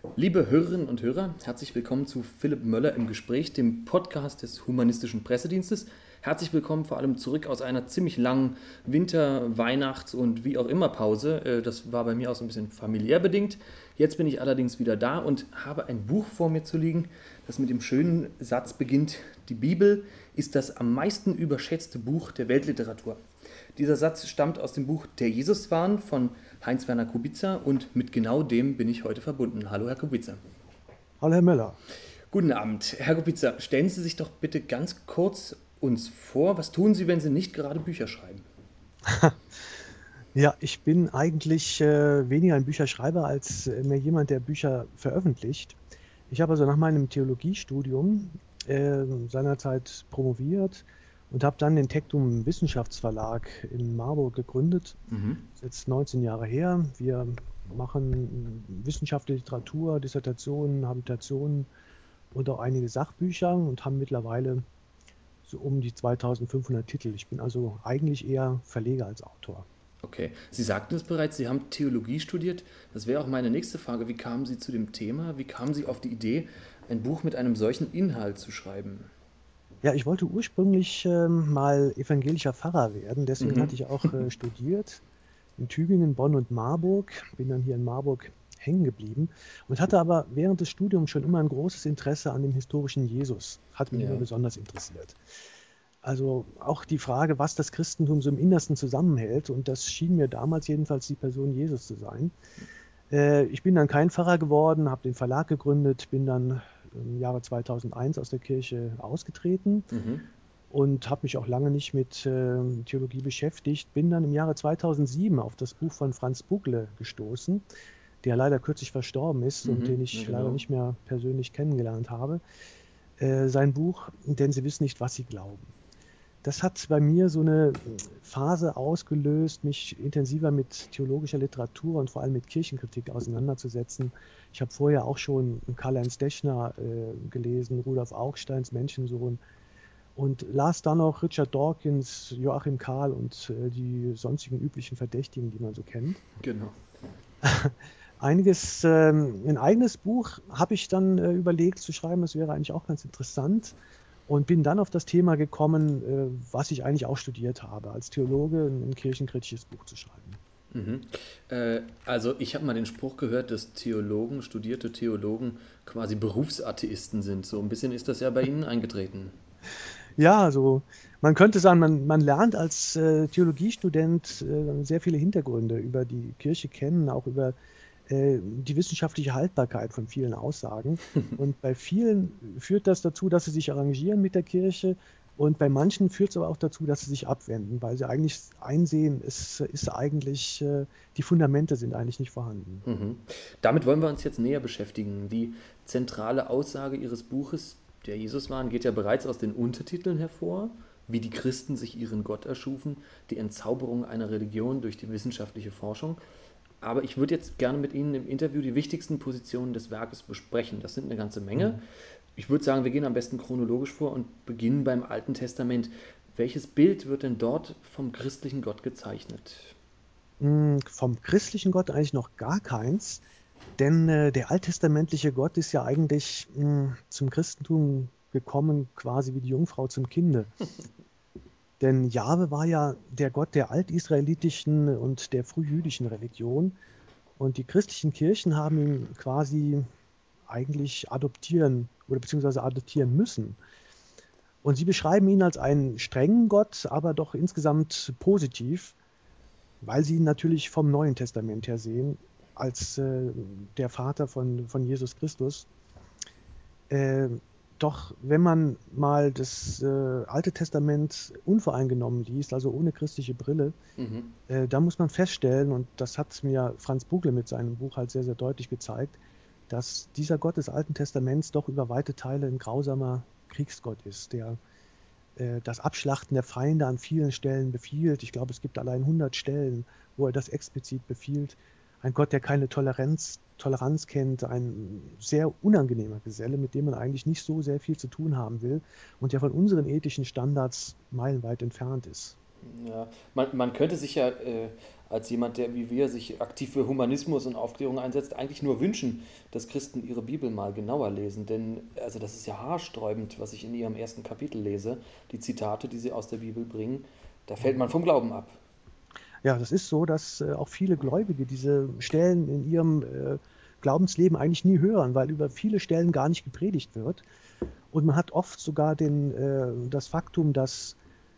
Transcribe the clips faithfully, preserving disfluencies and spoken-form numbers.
Liebe Hörerinnen und Hörer, herzlich willkommen zu Philipp Möller im Gespräch, dem Podcast des Humanistischen Pressedienstes. Herzlich willkommen vor allem zurück aus einer ziemlich langen Winter-, Weihnachts- und wie auch immer Pause. Das war bei mir auch so ein bisschen familiär bedingt. Jetzt bin ich allerdings wieder da und habe ein Buch vor mir zu liegen, das mit dem schönen Satz beginnt: Die Bibel ist das am meisten überschätzte Buch der Weltliteratur. Dieser Satz stammt aus dem Buch Der Jesuswahn von Heinz-Werner Kubiza und mit genau dem bin ich heute verbunden. Hallo, Herr Kubiza. Hallo, Herr Möller. Guten Abend. Herr Kubiza, stellen Sie sich doch bitte ganz kurz uns vor. Was tun Sie, wenn Sie nicht gerade Bücher schreiben? Ja, ich bin eigentlich äh, weniger ein Bücherschreiber als äh, mehr jemand, der Bücher veröffentlicht. Ich habe also nach meinem Theologiestudium äh, seinerzeit promoviert und habe dann den Tectum Wissenschaftsverlag in Marburg gegründet. Mhm. Das ist jetzt neunzehn Jahre her. Wir machen wissenschaftliche Literatur, Dissertationen, Habilitationen und auch einige Sachbücher und haben mittlerweile so um die zweitausendfünfhundert Titel. Ich bin also eigentlich eher Verleger als Autor. Okay, Sie sagten es bereits, Sie haben Theologie studiert. Das wäre auch meine nächste Frage. Wie kamen Sie zu dem Thema? Wie kamen Sie auf die Idee, ein Buch mit einem solchen Inhalt zu schreiben? Ja, ich wollte ursprünglich ähm, mal evangelischer Pfarrer werden, deswegen Mhm. hatte ich auch äh, studiert in Tübingen, Bonn und Marburg, bin dann hier in Marburg hängen geblieben und hatte aber während des Studiums schon immer ein großes Interesse an dem historischen Jesus, hat mich immer Ja. besonders interessiert. Also auch die Frage, was das Christentum so im Innersten zusammenhält, und das schien mir damals jedenfalls die Person Jesus zu sein. Äh, ich bin dann kein Pfarrer geworden, habe den Verlag gegründet, bin dann im Jahre zweitausendeins aus der Kirche ausgetreten Mhm. und habe mich auch lange nicht mit äh, Theologie beschäftigt. Bin dann im Jahre zweitausendsieben auf das Buch von Franz Buggle gestoßen, der leider kürzlich verstorben ist und Mhm. den Ja, ich leider genau. nicht mehr persönlich kennengelernt habe. Äh, sein Buch, denn sie wissen nicht, was sie glauben. Das hat bei mir so eine Phase ausgelöst, mich intensiver mit theologischer Literatur und vor allem mit Kirchenkritik auseinanderzusetzen. Ich habe vorher auch schon Karl-Heinz Deschner äh, gelesen, Rudolf Augsteins Menschensohn, und las dann noch Richard Dawkins, Joachim Kahl und äh, die sonstigen üblichen Verdächtigen, die man so kennt. Genau. Einiges, ähm, ein eigenes Buch habe ich dann äh, überlegt zu schreiben, das wäre eigentlich auch ganz interessant. Und bin dann auf das Thema gekommen, äh, was ich eigentlich auch studiert habe, als Theologe ein, ein kirchenkritisches Buch zu schreiben. Mhm. Äh, also ich habe mal den Spruch gehört, dass Theologen, studierte Theologen quasi Berufsatheisten sind. So ein bisschen ist das ja bei Ihnen eingetreten. Ja, also man könnte sagen, man, man lernt als äh, Theologiestudent äh, sehr viele Hintergründe über die Kirche kennen, auch über äh, die wissenschaftliche Haltbarkeit von vielen Aussagen. Und bei vielen führt das dazu, dass sie sich arrangieren mit der Kirche. Und bei manchen führt es aber auch dazu, dass sie sich abwenden, weil sie eigentlich einsehen, es ist eigentlich, äh, die Fundamente sind eigentlich nicht vorhanden. Mhm. Damit wollen wir uns jetzt näher beschäftigen. Die zentrale Aussage Ihres Buches, Der Jesuswahn, geht ja bereits aus den Untertiteln hervor, wie die Christen sich ihren Gott erschufen, die Entzauberung einer Religion durch die wissenschaftliche Forschung. Aber ich würde jetzt gerne mit Ihnen im Interview die wichtigsten Positionen des Werkes besprechen. Das sind eine ganze Menge. Mhm. Ich würde sagen, wir gehen am besten chronologisch vor und beginnen beim Alten Testament. Welches Bild wird denn dort vom christlichen Gott gezeichnet? Mm, Vom christlichen Gott eigentlich noch gar keins, denn äh, der alttestamentliche Gott ist ja eigentlich mh, zum Christentum gekommen, quasi wie die Jungfrau zum Kinde. Denn Jahwe war ja der Gott der altisraelitischen und der frühjüdischen Religion, und die christlichen Kirchen haben ihn quasi eigentlich adoptieren oder beziehungsweise adoptieren müssen. Und sie beschreiben ihn als einen strengen Gott, aber doch insgesamt positiv, weil sie ihn natürlich vom Neuen Testament her sehen, als äh, der Vater von, von Jesus Christus. Äh, doch wenn man mal das äh, Alte Testament unvoreingenommen liest, also ohne christliche Brille, Mhm. äh, da muss man feststellen, und das hat mir Franz Buggle mit seinem Buch halt sehr, sehr deutlich gezeigt, dass dieser Gott des Alten Testaments doch über weite Teile ein grausamer Kriegsgott ist, der äh, das Abschlachten der Feinde an vielen Stellen befiehlt. Ich glaube, es gibt allein hundert Stellen, wo er das explizit befiehlt. Ein Gott, der keine Toleranz, Toleranz kennt, ein sehr unangenehmer Geselle, mit dem man eigentlich nicht so sehr viel zu tun haben will und der von unseren ethischen Standards meilenweit entfernt ist. Ja, man, man könnte sich ja äh, als jemand, der wie wir sich aktiv für Humanismus und Aufklärung einsetzt, eigentlich nur wünschen, dass Christen ihre Bibel mal genauer lesen. Denn also das ist ja haarsträubend, was ich in ihrem ersten Kapitel lese, die Zitate, die sie aus der Bibel bringen. Da fällt man vom Glauben ab. Ja, das ist so, dass äh, auch viele Gläubige diese Stellen in ihrem äh, Glaubensleben eigentlich nie hören, weil über viele Stellen gar nicht gepredigt wird. Und man hat oft sogar den, äh, das Faktum, dass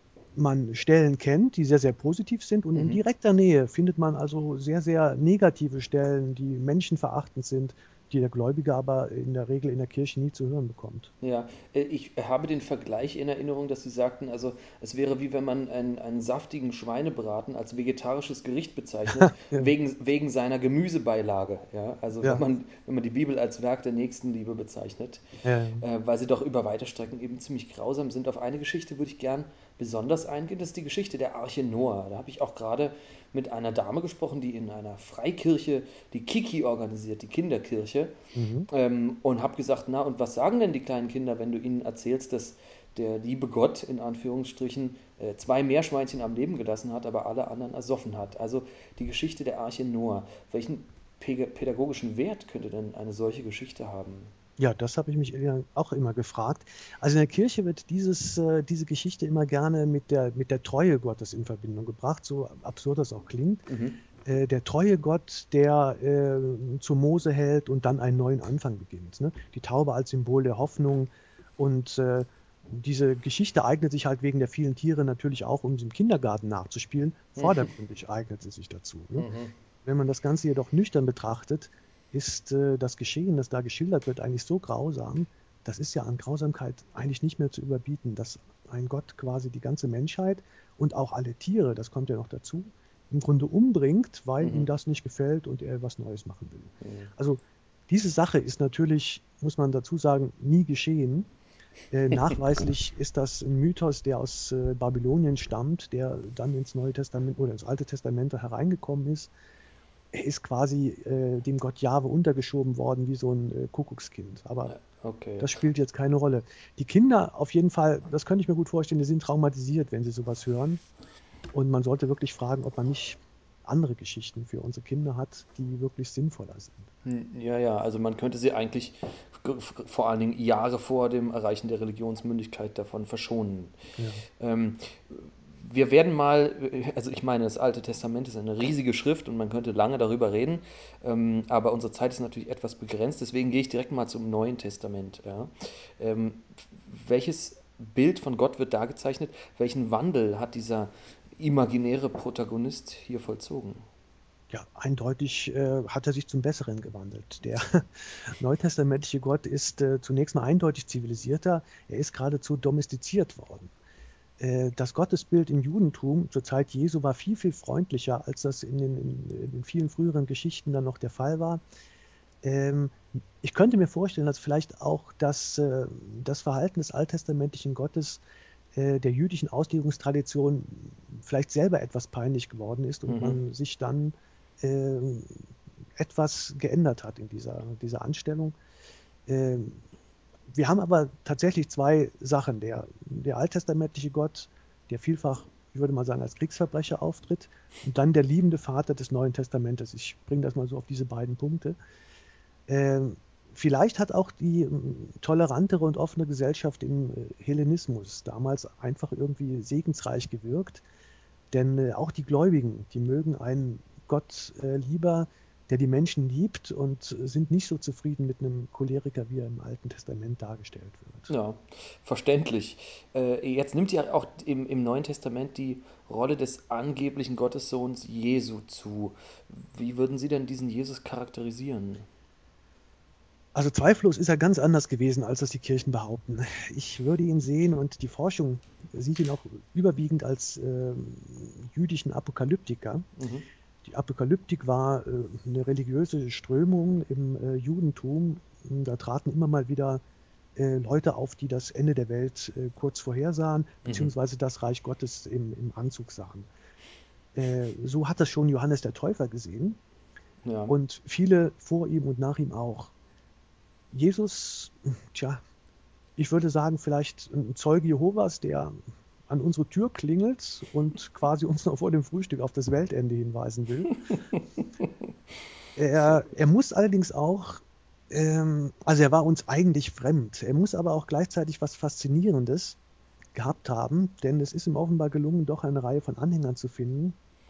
man Stellen kennt, die sehr, sehr positiv sind, und in Mhm. direkter Nähe findet man also sehr, sehr negative Stellen, die menschenverachtend sind, die der Gläubige aber in der Regel in der Kirche nie zu hören bekommt. Ja, äh, ich habe den Vergleich in Erinnerung, dass Sie sagten, also es wäre wie wenn man einen, einen saftigen Schweinebraten als vegetarisches Gericht bezeichnet, Ja, wegen, wegen seiner Gemüsebeilage. Ja? Also wenn ja, man, wenn man die Bibel als Werk der Nächstenliebe bezeichnet, ja. äh, weil sie doch über weite Strecken eben ziemlich grausam sind. Auf eine Geschichte würde ich gern besonders eingehen, das ist die Geschichte der Arche Noah. Da habe ich auch gerade mit einer Dame gesprochen, die in einer Freikirche die Kiki organisiert, die Kinderkirche. Mhm. Ähm, und habe gesagt, na, und was sagen denn die kleinen Kinder, wenn du ihnen erzählst, dass der liebe Gott, in Anführungsstrichen, äh, zwei Meerschweinchen am Leben gelassen hat, aber alle anderen ersoffen hat? Also die Geschichte der Arche Noah. Welchen päg- pädagogischen Wert könnte denn eine solche Geschichte haben? Ja, das habe ich mich eher- auch immer gefragt. Also in der Kirche wird dieses, äh, diese Geschichte immer gerne mit der, mit der Treue Gottes in Verbindung gebracht, so absurd das auch klingt. Mhm. Äh, der treue Gott, der äh, zu Mose hält und dann einen neuen Anfang beginnt. Ne? Die Taube als Symbol der Hoffnung. Und äh, diese Geschichte eignet sich halt wegen der vielen Tiere natürlich auch, um sie im Kindergarten nachzuspielen. Vordergründig eignet sie sich dazu. Ne? Mhm. Wenn man das Ganze jedoch nüchtern betrachtet, ist äh, das Geschehen, das da geschildert wird, eigentlich so grausam. Das ist ja an Grausamkeit eigentlich nicht mehr zu überbieten, dass ein Gott quasi die ganze Menschheit und auch alle Tiere, das kommt ja noch dazu, im Grunde umbringt, weil ihm Mhm. das nicht gefällt und er was Neues machen will. Mhm. Also diese Sache ist natürlich, muss man dazu sagen, nie geschehen. Äh, nachweislich ist das ein Mythos, der aus äh, Babylonien stammt, der dann ins Neue Testament oder ins Alte Testament hereingekommen ist. Er ist quasi äh, dem Gott Jahwe untergeschoben worden, wie so ein äh, Kuckuckskind. Aber Ja, okay. das spielt jetzt keine Rolle. Die Kinder auf jeden Fall, das könnte ich mir gut vorstellen, die sind traumatisiert, wenn sie sowas hören. Und man sollte wirklich fragen, ob man nicht andere Geschichten für unsere Kinder hat, die wirklich sinnvoller sind. Hm, Ja, ja, also man könnte sie eigentlich g- f- vor allen Dingen Jahre vor dem Erreichen der Religionsmündigkeit davon verschonen. Ja. Ähm, wir werden mal, also ich meine, das Alte Testament ist eine riesige Schrift und man könnte lange darüber reden, ähm, aber unsere Zeit ist natürlich etwas begrenzt, deswegen gehe ich direkt mal zum Neuen Testament. Ja. Ähm, welches Bild von Gott wird da gezeichnet? Welchen Wandel hat dieser imaginäre Protagonist hier vollzogen? Ja, eindeutig äh, hat er sich zum Besseren gewandelt. Der neutestamentliche Gott ist äh, zunächst mal eindeutig zivilisierter. Er ist geradezu domestiziert worden. Äh, das Gottesbild im Judentum zur Zeit Jesu war viel, viel freundlicher, als das in den, in, in den vielen früheren Geschichten dann noch der Fall war. Ähm, ich könnte mir vorstellen, dass vielleicht auch das, äh, das Verhalten des alttestamentlichen Gottes äh, der jüdischen Auslegungstradition vielleicht selber etwas peinlich geworden ist und Mhm. man sich dann äh, etwas geändert hat in dieser, dieser Anstellung. Ähm, wir haben aber tatsächlich zwei Sachen. Der, der alttestamentliche Gott, der vielfach, ich würde mal sagen, als Kriegsverbrecher auftritt, und dann der liebende Vater des Neuen Testamentes. Ich bringe das mal so auf diese beiden Punkte. Ähm, vielleicht hat auch die ähm, tolerantere und offene Gesellschaft im äh, Hellenismus damals einfach irgendwie segensreich gewirkt, denn äh, auch die Gläubigen, die mögen einen Gott äh, lieber, der die Menschen liebt, und äh, sind nicht so zufrieden mit einem Choleriker, wie er im Alten Testament dargestellt wird. Ja, verständlich. Äh, jetzt nimmt ja auch im, im Neuen Testament die Rolle des angeblichen Gottessohns Jesu zu. Wie würden Sie denn diesen Jesus charakterisieren? Also zweifellos ist er ganz anders gewesen, als das die Kirchen behaupten. Ich würde ihn sehen, und die Forschung sieht ihn auch überwiegend als äh, jüdischen Apokalyptiker. Mhm. Die Apokalyptik war äh, eine religiöse Strömung im äh, Judentum. Da traten immer mal wieder äh, Leute auf, die das Ende der Welt äh, kurz vorhersahen, Mhm. beziehungsweise das Reich Gottes im, im Anzug sahen. Äh, so hat das schon Johannes der Täufer gesehen Ja. und viele vor ihm und nach ihm auch. Jesus, tja, ich würde sagen, vielleicht ein Zeuge Jehovas, der an unsere Tür klingelt und quasi uns noch vor dem Frühstück auf das Weltende hinweisen will. er, er muss allerdings auch, ähm, also er war uns eigentlich fremd, er muss aber auch gleichzeitig was Faszinierendes gehabt haben, denn es ist ihm offenbar gelungen, doch eine Reihe von Anhängern zu finden.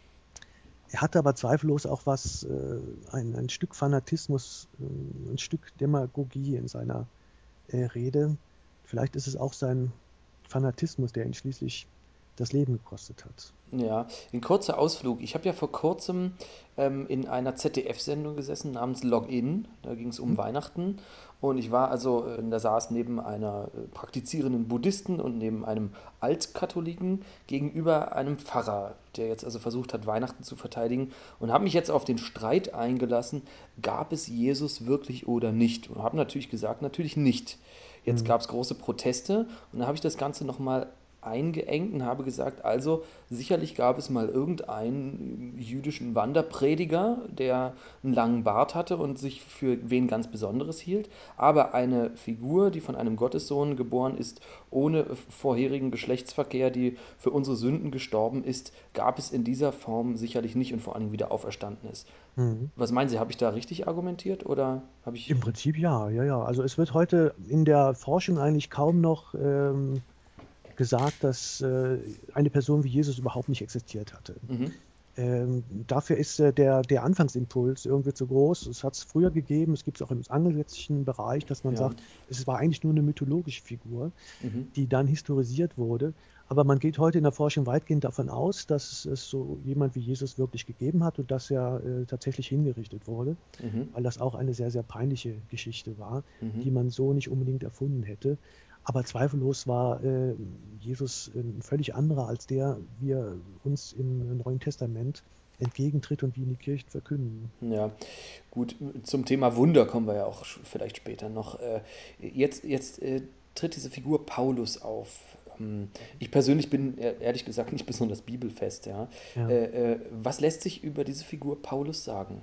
Er hatte aber zweifellos auch was, äh, ein, ein Stück Fanatismus, äh, ein Stück Demagogie in seiner äh, Rede. Vielleicht ist es auch sein Fanatismus, der ihn schließlich das Leben gekostet hat. Ja, ein kurzer Ausflug. Ich habe ja vor kurzem ähm, in einer Z D F-Sendung gesessen namens Login. Da ging es um Hm? Weihnachten. Und ich war also, äh, da saß neben einer äh, praktizierenden Buddhisten und neben einem Altkatholiken gegenüber einem Pfarrer, der jetzt also versucht hat, Weihnachten zu verteidigen. Und habe mich jetzt auf den Streit eingelassen, gab es Jesus wirklich oder nicht? Und habe natürlich gesagt, natürlich nicht. Jetzt Hm. gab es große Proteste und da habe ich das Ganze nochmal eingeengt und habe gesagt, also sicherlich gab es mal irgendeinen jüdischen Wanderprediger, der einen langen Bart hatte und sich für wen ganz Besonderes hielt, aber eine Figur, die von einem Gottessohn geboren ist, ohne vorherigen Geschlechtsverkehr, die für unsere Sünden gestorben ist, gab es in dieser Form sicherlich nicht und vor allem wieder auferstanden ist. Hm. Was meinen Sie, habe ich da richtig argumentiert oder habe ich... Im Prinzip ja, ja, ja. Also es wird heute in der Forschung eigentlich kaum noch ähm, gesagt, dass äh, eine Person wie Jesus überhaupt nicht existiert hatte. Mhm. Ähm, dafür ist äh, der, der Anfangsimpuls irgendwie zu groß. Es hat es früher gegeben, es gibt es auch im angelsächsischen Bereich, dass man Ja. sagt, es war eigentlich nur eine mythologische Figur, Mhm. die dann historisiert wurde. Aber man geht heute in der Forschung weitgehend davon aus, dass es so jemand wie Jesus wirklich gegeben hat und dass er äh, tatsächlich hingerichtet wurde, Mhm. weil das auch eine sehr, sehr peinliche Geschichte war, Mhm. die man so nicht unbedingt erfunden hätte. Aber zweifellos war äh, Jesus ein völlig anderer als der, wie er uns im Neuen Testament entgegentritt und wie ihn die Kirchen verkünden. Ja, gut, zum Thema Wunder kommen wir ja auch sch- vielleicht später noch. Äh, Jetzt, jetzt äh, tritt diese Figur Paulus auf. Ähm, Ich persönlich bin äh, ehrlich gesagt nicht besonders bibelfest, ja. Ja. Äh, äh, Was lässt sich über diese Figur Paulus sagen?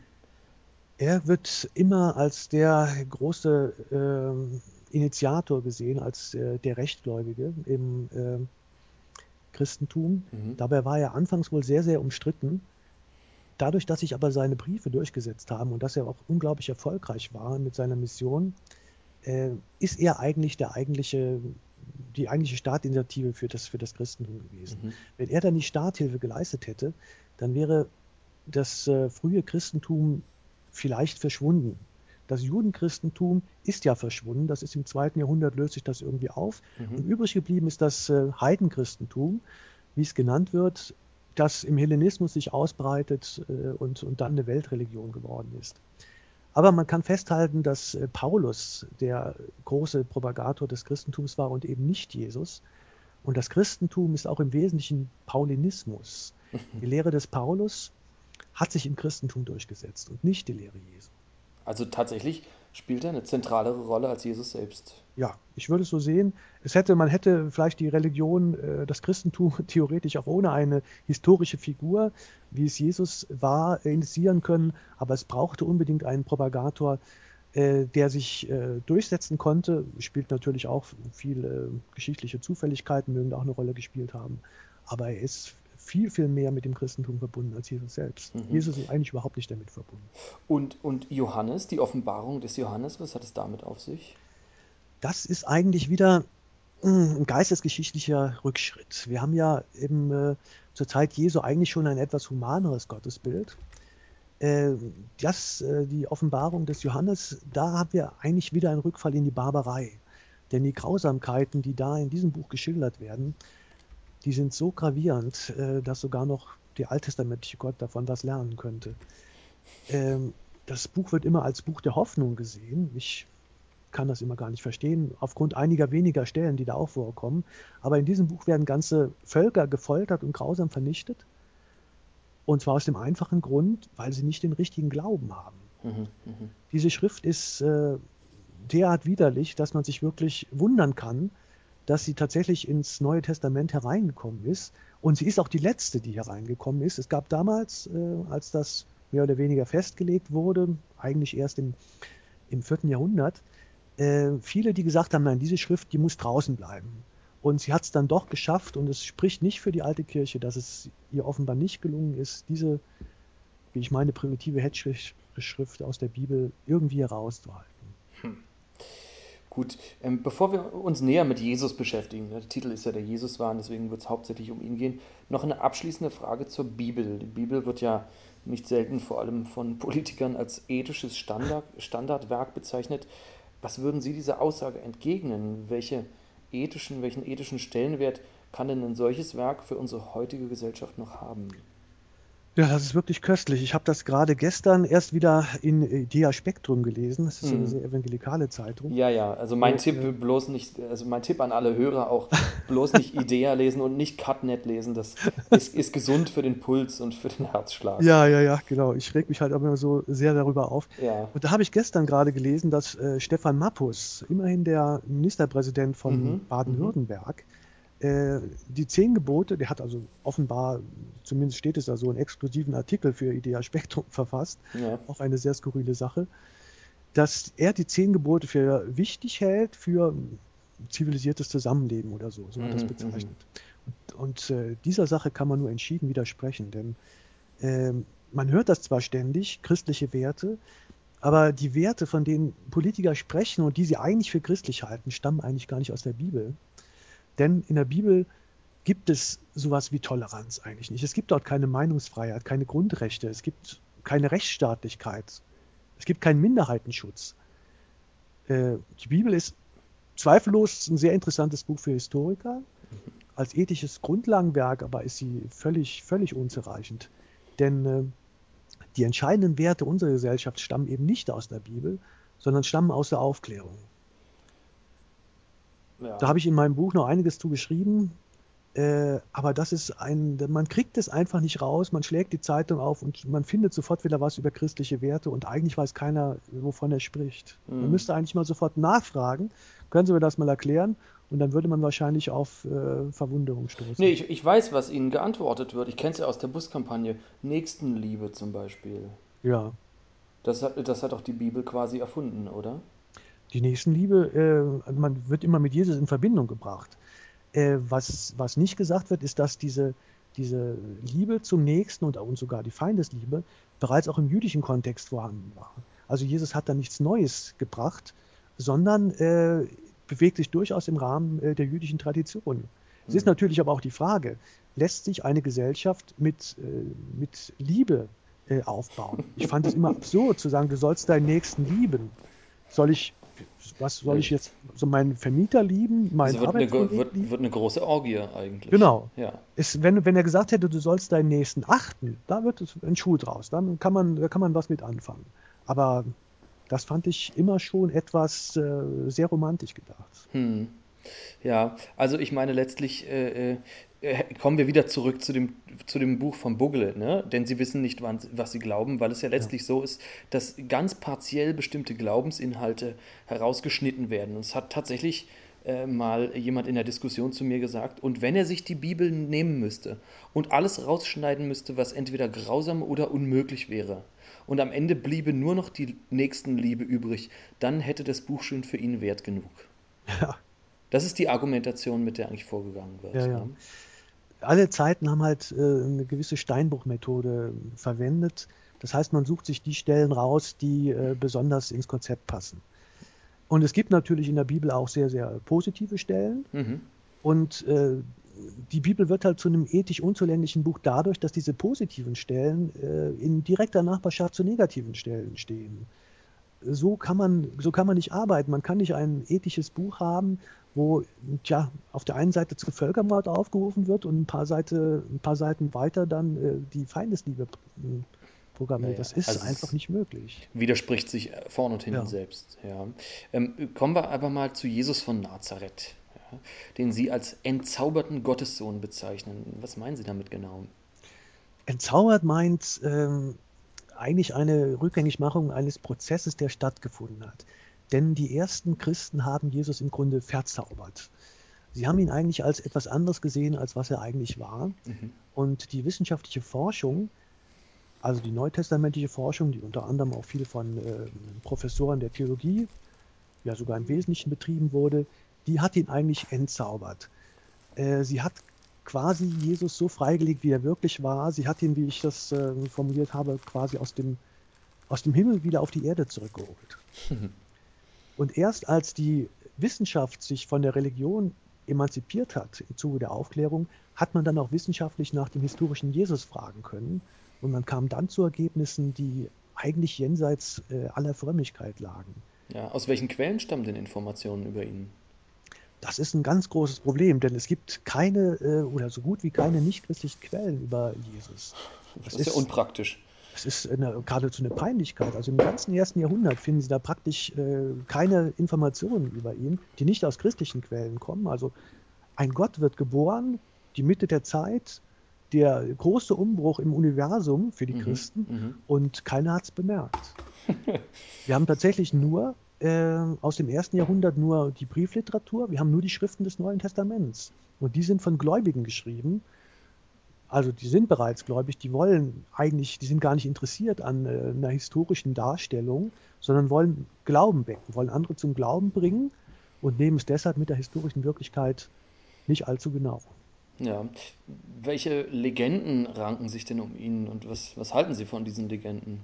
Er wird immer als der große ähm, Initiator gesehen, als äh, der Rechtgläubige im ähm, Christentum. Mhm. Dabei war er anfangs wohl sehr, sehr umstritten. Dadurch, dass sich aber seine Briefe durchgesetzt haben und dass er auch unglaublich erfolgreich war mit seiner Mission, äh, ist er eigentlich der eigentliche, die eigentliche Startinitiative für das, für das Christentum gewesen. Mhm. Wenn er dann die Starthilfe geleistet hätte, dann wäre das äh, frühe Christentum vielleicht verschwunden. Das Judenchristentum ist ja verschwunden, das ist im zweiten Jahrhundert, löst sich das irgendwie auf. Mhm. Und übrig geblieben ist das äh, Heidenchristentum, wie es genannt wird, das im Hellenismus sich ausbreitet äh, und, und dann eine Weltreligion geworden ist. Aber man kann festhalten, dass äh, Paulus der große Propagator des Christentums war und eben nicht Jesus. Und das Christentum ist auch im Wesentlichen Paulinismus. Die Lehre des Paulus hat sich im Christentum durchgesetzt und nicht die Lehre Jesu. Also tatsächlich spielt er eine zentralere Rolle als Jesus selbst. Ja, ich würde es so sehen. Es hätte, man hätte vielleicht die Religion, äh, das Christentum theoretisch auch ohne eine historische Figur, wie es Jesus war, initiieren können, aber es brauchte unbedingt einen Propagator, äh, der sich äh, durchsetzen konnte. Spielt natürlich auch viel äh, geschichtliche Zufälligkeiten, mögen da auch eine Rolle gespielt haben, aber er ist viel, viel mehr mit dem Christentum verbunden als Jesus selbst. Mhm. Jesus ist eigentlich überhaupt nicht damit verbunden. Und, und Johannes, die Offenbarung des Johannes, was hat es damit auf sich? Das ist eigentlich wieder mh, ein geistesgeschichtlicher Rückschritt. Wir haben ja eben äh, zur Zeit Jesu eigentlich schon ein etwas humaneres Gottesbild. Äh, das, äh, die Offenbarung des Johannes, da haben wir eigentlich wieder einen Rückfall in die Barbarei. Denn die Grausamkeiten, die da in diesem Buch geschildert werden, die sind so gravierend, äh, dass sogar noch der alttestamentliche Gott davon was lernen könnte. Ähm, das Buch wird immer als Buch der Hoffnung gesehen. Ich kann das immer gar nicht verstehen, aufgrund einiger weniger Stellen, die da auch vorkommen. Aber in diesem Buch werden ganze Völker gefoltert und grausam vernichtet. Und zwar aus dem einfachen Grund, weil sie nicht den richtigen Glauben haben. Mhm. Mhm. Diese Schrift ist äh, derart widerlich, dass man sich wirklich wundern kann, dass sie tatsächlich ins Neue Testament hereingekommen ist. Und sie ist auch die letzte, die hereingekommen ist. Es gab damals, äh, als das mehr oder weniger festgelegt wurde, eigentlich erst im, im vierten Jahrhundert, äh, viele, die gesagt haben, nein, diese Schrift, die muss draußen bleiben. Und sie hat es dann doch geschafft und es spricht nicht für die alte Kirche, dass es ihr offenbar nicht gelungen ist, diese, wie ich meine, primitive Hetzschrift aus der Bibel irgendwie herauszuhalten. Hm. Gut, ähm, bevor wir uns näher mit Jesus beschäftigen, der Titel ist ja der Jesuswahn, deswegen wird es hauptsächlich um ihn gehen, noch eine abschließende Frage zur Bibel. Die Bibel wird ja nicht selten vor allem von Politikern als ethisches Standard, Standardwerk bezeichnet. Was würden Sie dieser Aussage entgegnen? Welche ethischen, welchen ethischen Stellenwert kann denn ein solches Werk für unsere heutige Gesellschaft noch haben? Ja, das ist wirklich köstlich. Ich habe das gerade gestern erst wieder in Idea Spektrum gelesen. Das ist so eine sehr evangelikale Zeitung. Ja, ja, also mein Und, Tipp äh, bloß nicht, also mein Tipp an alle Hörer auch, bloß nicht Idea lesen und nicht Cutnet lesen. Das ist, ist gesund für den Puls und für den Herzschlag. Ja, ja, ja, genau. Ich reg mich halt immer so sehr darüber auf. Ja. Und da habe ich gestern gerade gelesen, dass äh, Stefan Mappus, immerhin der Ministerpräsident von Mhm, Baden-Württemberg, äh, die zehn Gebote, der hat also offenbar, zumindest steht es da so, einen exklusiven Artikel für Idea Spektrum verfasst, Ja. auch eine sehr skurrile Sache, dass er die zehn Gebote für wichtig hält für zivilisiertes Zusammenleben oder so, so hat er es Mhm, bezeichnet. Und, und äh, dieser Sache kann man nur entschieden widersprechen, denn ähm, man hört das zwar ständig, christliche Werte, aber die Werte, von denen Politiker sprechen und die sie eigentlich für christlich halten, stammen eigentlich gar nicht aus der Bibel. Denn in der Bibel gibt es sowas wie Toleranz eigentlich nicht. Es gibt dort keine Meinungsfreiheit, keine Grundrechte, es gibt keine Rechtsstaatlichkeit, es gibt keinen Minderheitenschutz. Äh, die Bibel ist zweifellos ein sehr interessantes Buch für Historiker. Als ethisches Grundlagenwerk aber ist sie völlig, völlig unzureichend. Denn äh, die entscheidenden Werte unserer Gesellschaft stammen eben nicht aus der Bibel, sondern stammen aus der Aufklärung. Ja. Da habe ich in meinem Buch noch einiges zu geschrieben, äh, aber das ist ein, man kriegt es einfach nicht raus, man schlägt die Zeitung auf und man findet sofort wieder was über christliche Werte und eigentlich weiß keiner, wovon er spricht. Mhm. Man müsste eigentlich mal sofort nachfragen, können Sie mir das mal erklären? Und dann würde man wahrscheinlich auf äh, Verwunderung stoßen. Nee, ich, ich weiß, was Ihnen geantwortet wird. Ich kenne es ja aus der Buskampagne. Nächstenliebe zum Beispiel. Ja. Das hat, das hat auch die Bibel quasi erfunden, oder? Die Nächstenliebe, äh, man wird immer mit Jesus in Verbindung gebracht. Äh, was, was nicht gesagt wird, ist, dass diese, diese Liebe zum Nächsten und, und sogar die Feindesliebe bereits auch im jüdischen Kontext vorhanden war. Also Jesus hat da nichts Neues gebracht, sondern äh, bewegt sich durchaus im Rahmen äh, der jüdischen Tradition. Mhm. Es ist natürlich aber auch die Frage, lässt sich eine Gesellschaft mit, äh, mit Liebe äh, aufbauen? Ich fand es immer absurd zu sagen, du sollst deinen Nächsten lieben. Soll ich Was soll ich jetzt, so meinen Vermieter lieben, meinen Also wird eine, Arbeitskollegen wird, lieben? wird eine große Orgie eigentlich. Genau. Ja. Es, wenn, wenn er gesagt hätte, du sollst deinen Nächsten achten, da wird es ein Schuh draus. Dann kann man, da kann man was mit anfangen. Aber das fand ich immer schon etwas äh, sehr romantisch gedacht. Hm. Ja, also ich meine letztlich äh, äh, kommen wir wieder zurück zu dem, zu dem Buch von Bugle, ne? Denn sie wissen nicht, wann, was sie glauben, weil es ja letztlich ja. so ist, dass ganz partiell bestimmte Glaubensinhalte herausgeschnitten werden. Und es hat tatsächlich äh, mal jemand in der Diskussion zu mir gesagt, und wenn er sich die Bibel nehmen müsste und alles rausschneiden müsste, was entweder grausam oder unmöglich wäre, und am Ende bliebe nur noch die Nächstenliebe übrig, dann hätte das Buch schon für ihn wert genug. Ja. Das ist die Argumentation, mit der eigentlich vorgegangen wird. Ja, ja. Ne? Alle Zeiten haben halt äh, eine gewisse Steinbruch-Methode verwendet. Das heißt, man sucht sich die Stellen raus, die äh, besonders ins Konzept passen. Und es gibt natürlich in der Bibel auch sehr, sehr positive Stellen. Mhm. Und äh, die Bibel wird halt zu einem ethisch unzulänglichen Buch dadurch, dass diese positiven Stellen äh, in direkter Nachbarschaft zu negativen Stellen stehen. So kann man, so kann man nicht arbeiten. Man kann nicht ein ethisches Buch haben, wo tja, auf der einen Seite zu Völkermord aufgerufen wird und ein paar, Seite, ein paar Seiten weiter dann äh, die Feindesliebe äh, programmiert. Naja, das ist also einfach nicht möglich. Widerspricht sich vorne und hinten Ja. selbst. Ja. Ähm, kommen wir aber mal zu Jesus von Nazareth, ja, den Sie als entzauberten Gottessohn bezeichnen. Was meinen Sie damit genau? Entzaubert meint ähm, eigentlich eine Rückgängigmachung eines Prozesses, der stattgefunden hat. Denn die ersten Christen haben Jesus im Grunde verzaubert. Sie haben ihn eigentlich als etwas anderes gesehen, als was er eigentlich war. Mhm. Und die wissenschaftliche Forschung, also die neutestamentliche Forschung, die unter anderem auch viel von äh, Professoren der Theologie, ja sogar im Wesentlichen betrieben wurde, die hat ihn eigentlich entzaubert. Äh, sie hat quasi Jesus so freigelegt, wie er wirklich war. Sie hat ihn, wie ich das äh, formuliert habe, quasi aus dem, aus dem Himmel wieder auf die Erde zurückgeholt. Und erst als die Wissenschaft sich von der Religion emanzipiert hat im Zuge der Aufklärung, hat man dann auch wissenschaftlich nach dem historischen Jesus fragen können. Und man kam dann zu Ergebnissen, die eigentlich jenseits äh, aller Frömmigkeit lagen. Ja, aus welchen Quellen stammen denn Informationen über ihn? Das ist ein ganz großes Problem, denn es gibt keine äh, oder so gut wie keine nichtchristlichen Quellen über Jesus. Das, das ist ja unpraktisch. Es ist eine, geradezu eine Peinlichkeit. Also im ganzen ersten Jahrhundert finden Sie da praktisch äh, keine Informationen über ihn, die nicht aus christlichen Quellen kommen. Also ein Gott wird geboren, die Mitte der Zeit, der große Umbruch im Universum für die Mhm, Christen mhm. und keiner hat es bemerkt. Wir haben tatsächlich nur äh, aus dem ersten Jahrhundert nur die Briefliteratur, wir haben nur die Schriften des Neuen Testaments. Und die sind von Gläubigen geschrieben. Also die sind bereits gläubig, die wollen eigentlich, die sind gar nicht interessiert an äh, einer historischen Darstellung, sondern wollen Glauben wecken, wollen andere zum Glauben bringen und nehmen es deshalb mit der historischen Wirklichkeit nicht allzu genau. Ja. Welche Legenden ranken sich denn um ihn und was, was halten Sie von diesen Legenden?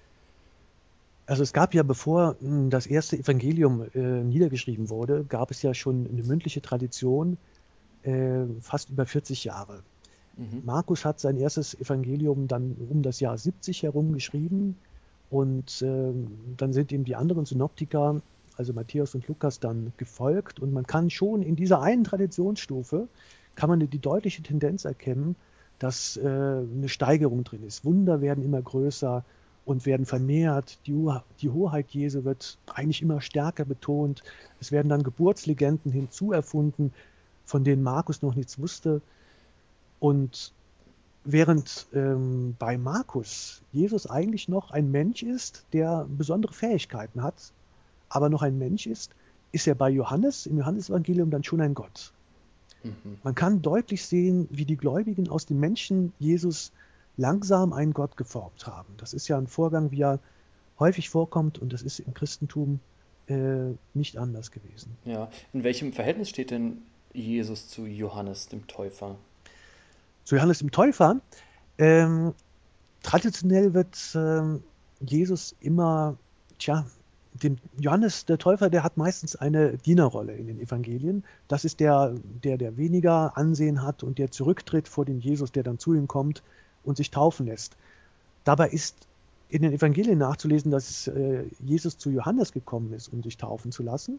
Also es gab ja, bevor mh, das erste Evangelium äh, niedergeschrieben wurde, gab es ja schon eine mündliche Tradition, äh, fast über vierzig Jahre. Mhm. Markus hat sein erstes Evangelium dann um das Jahr siebzig herum geschrieben und äh, dann sind ihm die anderen Synoptiker, also Matthäus und Lukas, dann gefolgt und man kann schon in dieser einen Traditionsstufe, kann man die deutliche Tendenz erkennen, dass äh, eine Steigerung drin ist. Wunder werden immer größer und werden vermehrt. Die, die Hoheit Jesu wird eigentlich immer stärker betont. Es werden dann Geburtslegenden hinzuerfunden, von denen Markus noch nichts wusste. Und während ähm, bei Markus Jesus eigentlich noch ein Mensch ist, der besondere Fähigkeiten hat, aber noch ein Mensch ist, ist er bei Johannes, im Johannesevangelium dann schon ein Gott. Mhm. Man kann deutlich sehen, wie die Gläubigen aus dem Menschen Jesus langsam einen Gott geformt haben. Das ist ja ein Vorgang, wie er häufig vorkommt und das ist im Christentum äh, nicht anders gewesen. Ja. In welchem Verhältnis steht denn Jesus zu Johannes, dem Täufer? Zu Johannes dem Täufer, ähm, traditionell wird ähm, Jesus immer, tja, dem Johannes der Täufer, der hat meistens eine Dienerrolle in den Evangelien. Das ist der, der, der weniger Ansehen hat und der zurücktritt vor dem Jesus, der dann zu ihm kommt und sich taufen lässt. Dabei ist in den Evangelien nachzulesen, dass äh, Jesus zu Johannes gekommen ist, um sich taufen zu lassen.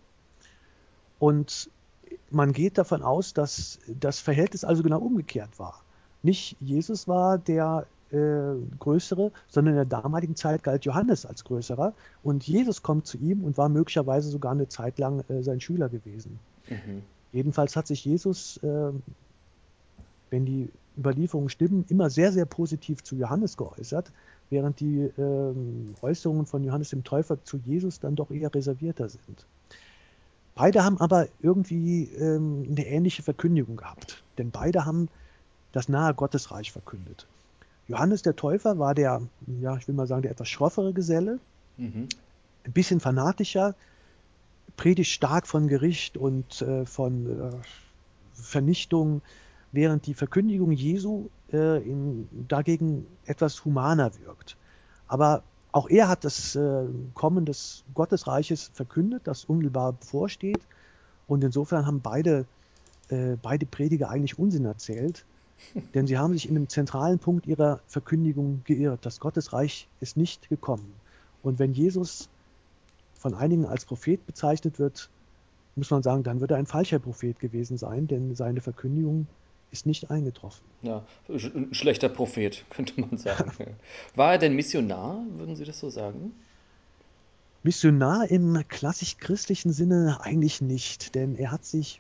Und man geht davon aus, dass das Verhältnis also genau umgekehrt war. Nicht Jesus war der äh, Größere, sondern in der damaligen Zeit galt Johannes als Größerer. Und Jesus kommt zu ihm und war möglicherweise sogar eine Zeit lang äh, sein Schüler gewesen. Mhm. Jedenfalls hat sich Jesus, äh, wenn die Überlieferungen stimmen, immer sehr, sehr positiv zu Johannes geäußert, während die äh, Äußerungen von Johannes dem Täufer zu Jesus dann doch eher reservierter sind. Beide haben aber irgendwie ähm, eine ähnliche Verkündigung gehabt, denn beide haben das nahe Gottesreich verkündet. Johannes der Täufer war der, ja, ich will mal sagen, der etwas schroffere Geselle, Mhm. ein bisschen fanatischer, predigt stark von Gericht und äh, von äh, Vernichtung, während die Verkündigung Jesu äh, in, dagegen etwas humaner wirkt. Aber auch er hat das äh, Kommen des Gottesreiches verkündet, das unmittelbar bevorsteht. Und insofern haben beide, äh, beide Prediger eigentlich Unsinn erzählt, denn sie haben sich in einem zentralen Punkt ihrer Verkündigung geirrt. Das Gottesreich ist nicht gekommen. Und wenn Jesus von einigen als Prophet bezeichnet wird, muss man sagen, dann wird er ein falscher Prophet gewesen sein, denn seine Verkündigung ist nicht eingetroffen. Ja, sch- ein schlechter Prophet, könnte man sagen. War er denn Missionar, würden Sie das so sagen? Missionar im klassisch-christlichen Sinne eigentlich nicht, denn er hat sich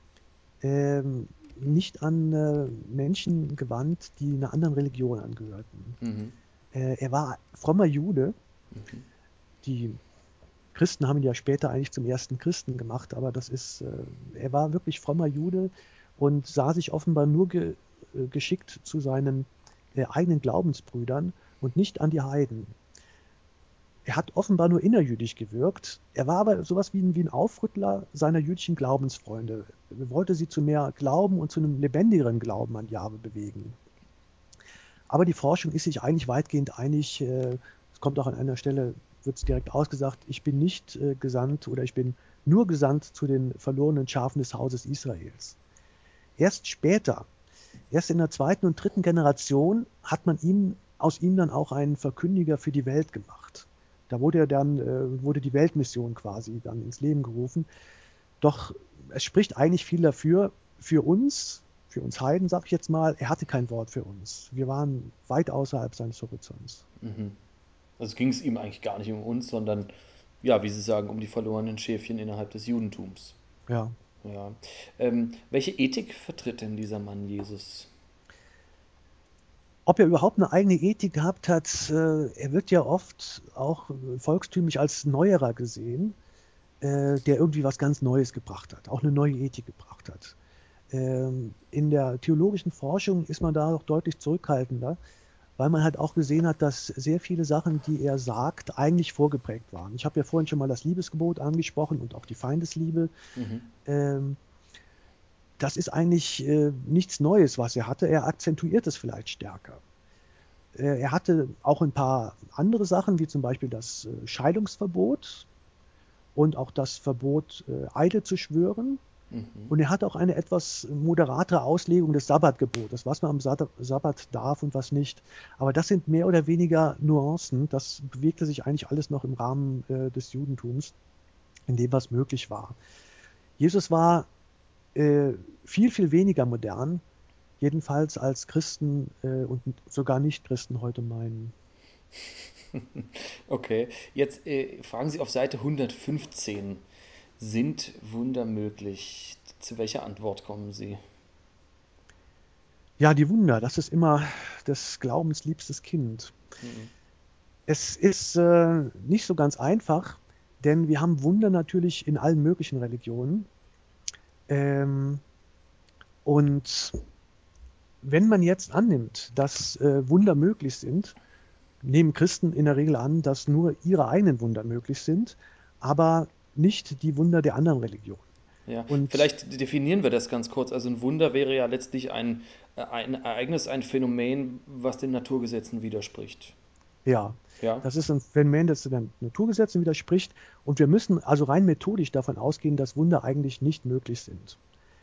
ähm, nicht an äh, Menschen gewandt, die einer anderen Religion angehörten. Mhm. Äh, er war frommer Jude. Mhm. Die Christen haben ihn ja später eigentlich zum ersten Christen gemacht, aber das ist, äh, er war wirklich frommer Jude und sah sich offenbar nur ge, äh, geschickt zu seinen äh, eigenen Glaubensbrüdern und nicht an die Heiden. er hat offenbar nur innerjüdisch gewirkt. Er war aber sowas wie ein, wie ein Aufrüttler seiner jüdischen Glaubensfreunde. Er wollte sie zu mehr Glauben und zu einem lebendigeren Glauben an Jahwe bewegen. Aber die Forschung ist sich eigentlich weitgehend einig. Es kommt auch an einer Stelle, wird es direkt ausgesagt, ich bin nicht gesandt oder ich bin nur gesandt zu den verlorenen Schafen des Hauses Israels. Erst später, erst in der zweiten und dritten Generation, hat man ihm, aus ihm dann auch einen Verkündiger für die Welt gemacht. Da wurde er dann, äh, wurde die Weltmission quasi dann ins Leben gerufen. Doch es spricht eigentlich viel dafür, für uns, für uns Heiden, sag ich jetzt mal, er hatte kein Wort für uns. Wir waren weit außerhalb seines Horizonts. Mhm. Also ging es ihm eigentlich gar nicht um uns, sondern, ja, wie Sie sagen, um die verlorenen Schäfchen innerhalb des Judentums. Ja. Ja. Ähm, welche Ethik vertritt denn dieser Mann Jesus? Ob er überhaupt eine eigene Ethik gehabt hat, äh, er wird ja oft auch volkstümlich als Neuerer gesehen, äh, der irgendwie was ganz Neues gebracht hat, auch eine neue Ethik gebracht hat. Ähm, in der theologischen Forschung ist man da auch deutlich zurückhaltender, weil man halt auch gesehen hat, dass sehr viele Sachen, die er sagt, eigentlich vorgeprägt waren. Ich habe ja vorhin schon mal das Liebesgebot angesprochen und auch die Feindesliebe. Mhm. Ähm, das ist eigentlich äh, nichts Neues, was er hatte. Er akzentuiert es vielleicht stärker. Äh, er hatte auch ein paar andere Sachen, wie zum Beispiel das äh, Scheidungsverbot und auch das Verbot, äh, Eide zu schwören. Mhm. Und er hat auch eine etwas moderatere Auslegung des Sabbatgebotes, was man am Sabbat darf und was nicht. Aber das sind mehr oder weniger Nuancen. Das bewegte sich eigentlich alles noch im Rahmen äh, des Judentums, in dem was möglich war. Jesus war äh, viel, viel weniger modern, jedenfalls als Christen äh, und sogar Nicht-Christen heute meinen. Okay, jetzt äh, fragen Sie auf Seite hundertfünfzehn. Sind Wunder möglich? Zu welcher Antwort kommen Sie? Ja, die Wunder, das ist immer des Glaubens liebstes Kind. Mhm. Es ist äh, nicht so ganz einfach, denn wir haben Wunder natürlich in allen möglichen Religionen. Ähm, und wenn man jetzt annimmt, dass äh, Wunder möglich sind, nehmen Christen in der Regel an, dass nur ihre eigenen Wunder möglich sind, aber nicht die Wunder der anderen Religionen. Ja, Und vielleicht definieren wir das ganz kurz. Also ein Wunder wäre ja letztlich ein, ein Ereignis, ein Phänomen, was den Naturgesetzen widerspricht. ja, Ja, das ist ein Phänomen, das den Naturgesetzen widerspricht. Und wir müssen also rein methodisch davon ausgehen, dass Wunder eigentlich nicht möglich sind.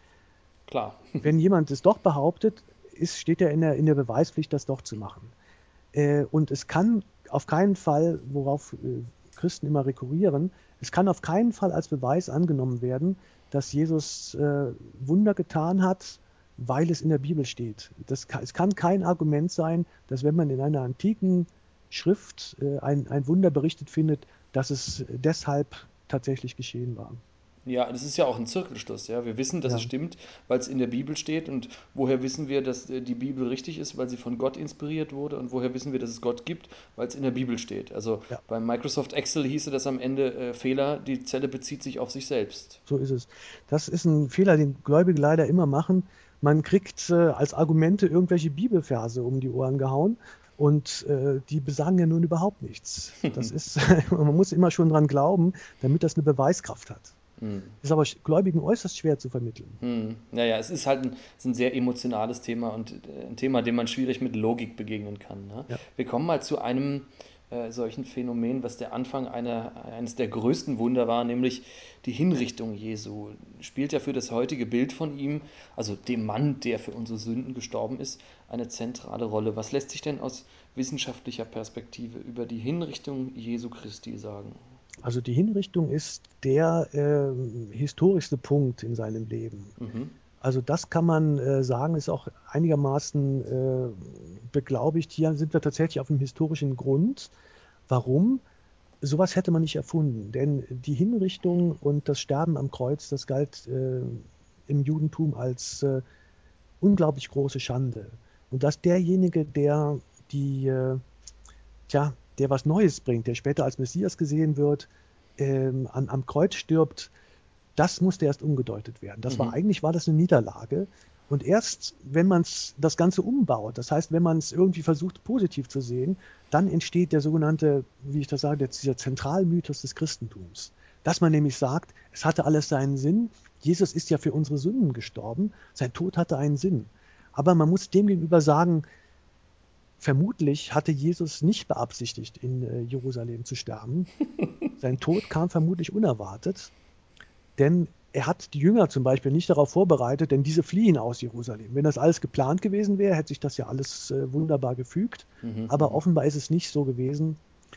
klar. Wenn jemand es doch behauptet, ist, steht er in der, in der Beweispflicht, das doch zu machen. Äh, und es kann auf keinen Fall, worauf äh, Christen immer rekurrieren, es kann auf keinen Fall als Beweis angenommen werden, dass Jesus äh, Wunder getan hat, weil es in der Bibel steht. Das kann, es kann kein Argument sein, dass wenn man in einer antiken Schrift äh, ein, ein Wunder berichtet findet, dass es deshalb tatsächlich geschehen war. Ja, das ist ja auch ein Zirkelschluss. Ja, wir wissen, dass Ja. es stimmt, weil es in der Bibel steht. Und woher wissen wir, dass äh, die Bibel richtig ist, weil sie von Gott inspiriert wurde? Und woher wissen wir, dass es Gott gibt, weil es in der Bibel steht? Also Ja. bei Microsoft Excel hieße das am Ende äh, Fehler, die Zelle bezieht sich auf sich selbst. So ist es. Das ist ein Fehler, den Gläubige leider immer machen. Man kriegt äh, als Argumente irgendwelche Bibelverse um die Ohren gehauen und äh, die besagen ja nun überhaupt nichts. Das ist, man muss immer schon dran glauben, damit das eine Beweiskraft hat. Hm. Ist aber Gläubigen äußerst schwer zu vermitteln. Hm. Naja, es ist halt ein, es ist ein sehr emotionales Thema und äh, ein Thema, dem man schwierig mit Logik begegnen kann. Ne? Ja. Wir kommen mal zu einem äh, solchen Phänomen, was der Anfang einer, eines der größten Wunder war, nämlich die Hinrichtung Jesu. Spielt ja für das heutige Bild von ihm, also dem Mann, der für unsere Sünden gestorben ist, eine zentrale Rolle. Was lässt sich denn aus wissenschaftlicher Perspektive über die Hinrichtung Jesu Christi sagen? Also die Hinrichtung ist der äh, historischste Punkt in seinem Leben. Mhm. Also das kann man äh, sagen, ist auch einigermaßen äh, beglaubigt. Hier sind wir tatsächlich auf einem historischen Grund. Warum? Sowas hätte man nicht erfunden, denn die Hinrichtung und das Sterben am Kreuz, das galt äh, im Judentum als äh, unglaublich große Schande. Und dass derjenige, der die, äh, tja, der was Neues bringt, der später als Messias gesehen wird, ähm, am, am Kreuz stirbt, das musste erst umgedeutet werden. Das Mhm. war eigentlich war das eine Niederlage Und erst, wenn man das Ganze umbaut, das heißt, wenn man es irgendwie versucht, positiv zu sehen, dann entsteht der sogenannte, wie ich das sage, dieser Zentralmythos des Christentums. Dass man nämlich sagt, es hatte alles seinen Sinn, Jesus ist ja für unsere Sünden gestorben, sein Tod hatte einen Sinn. Aber man muss demgegenüber sagen, vermutlich hatte Jesus nicht beabsichtigt, in äh, Jerusalem zu sterben. Sein Tod kam vermutlich unerwartet, denn er hat die Jünger zum Beispiel nicht darauf vorbereitet, denn diese fliehen aus Jerusalem. Wenn das alles geplant gewesen wäre, hätte sich das ja alles äh, wunderbar gefügt. Mhm, Aber mhm. offenbar ist es nicht so gewesen.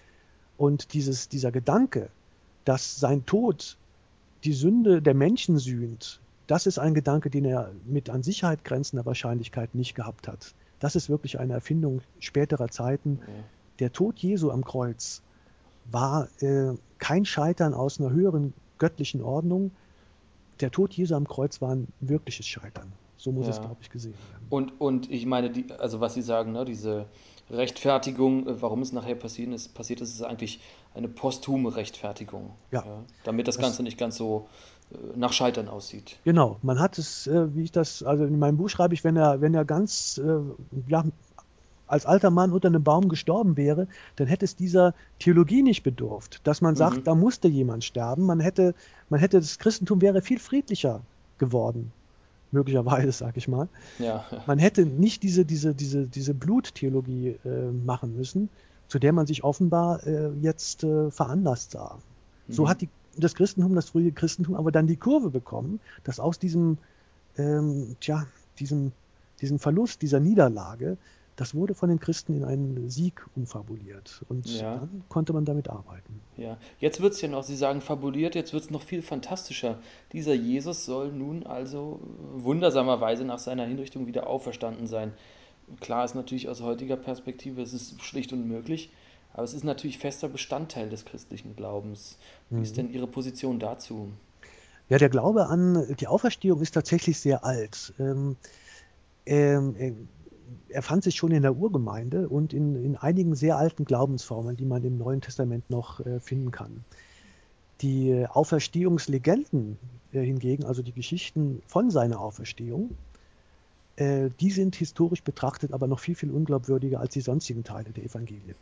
Und dieses, dieser Gedanke, dass sein Tod die Sünde der Menschen sühnt, das ist ein Gedanke, den er mit an Sicherheit grenzender Wahrscheinlichkeit nicht gehabt hat. Das ist wirklich eine Erfindung späterer Zeiten. Ja. Der Tod Jesu am Kreuz war äh, kein Scheitern aus einer höheren göttlichen Ordnung. Der Tod Jesu am Kreuz war ein wirkliches Scheitern. So muss Ja. es, glaube ich, gesehen werden. Und, und ich meine, die, also was Sie sagen, ne, diese Rechtfertigung, äh, warum es nachher passiert ist, passiert ist, ist eigentlich eine posthume Rechtfertigung. Ja. Damit das Das- Ganze nicht ganz so äh, nach Scheitern aussieht. Genau, man hat es, äh, wie ich das, also in meinem Buch schreibe ich, wenn er, wenn er ganz, äh, ja, als alter Mann unter einem Baum gestorben wäre, dann hätte es dieser Theologie nicht bedurft, dass man sagt, Mhm. da musste jemand sterben. Man hätte, man hätte, das Christentum wäre viel friedlicher geworden, möglicherweise, sage ich mal. Ja. Man hätte nicht diese, diese, diese, diese Bluttheologie äh, machen müssen, zu der man sich offenbar äh, jetzt äh, veranlasst sah. So Mhm. hat die, das Christentum, das frühe Christentum, aber dann die Kurve bekommen, dass aus diesem, ähm, tja, diesem, diesem Verlust, dieser Niederlage, das wurde von den Christen in einen Sieg umfabuliert. Und Ja. dann konnte man damit arbeiten. Ja, jetzt wird es ja noch, Sie sagen fabuliert, jetzt wird es noch viel fantastischer. Dieser Jesus soll nun also wundersamerweise nach seiner Hinrichtung wieder auferstanden sein. Klar ist natürlich aus heutiger Perspektive, es ist schlicht unmöglich, aber es ist natürlich fester Bestandteil des christlichen Glaubens. Wie ist Mhm. denn Ihre Position dazu? Ja, der Glaube an die Auferstehung ist tatsächlich sehr alt. Ähm, ähm, äh, er fand sich schon in der Urgemeinde und in, in einigen sehr alten Glaubensformen, die man im Neuen Testament noch äh, finden kann. Die äh, Auferstehungslegenden äh, hingegen, also die Geschichten von seiner Auferstehung, äh, die sind historisch betrachtet aber noch viel, viel unglaubwürdiger als die sonstigen Teile der Evangelien.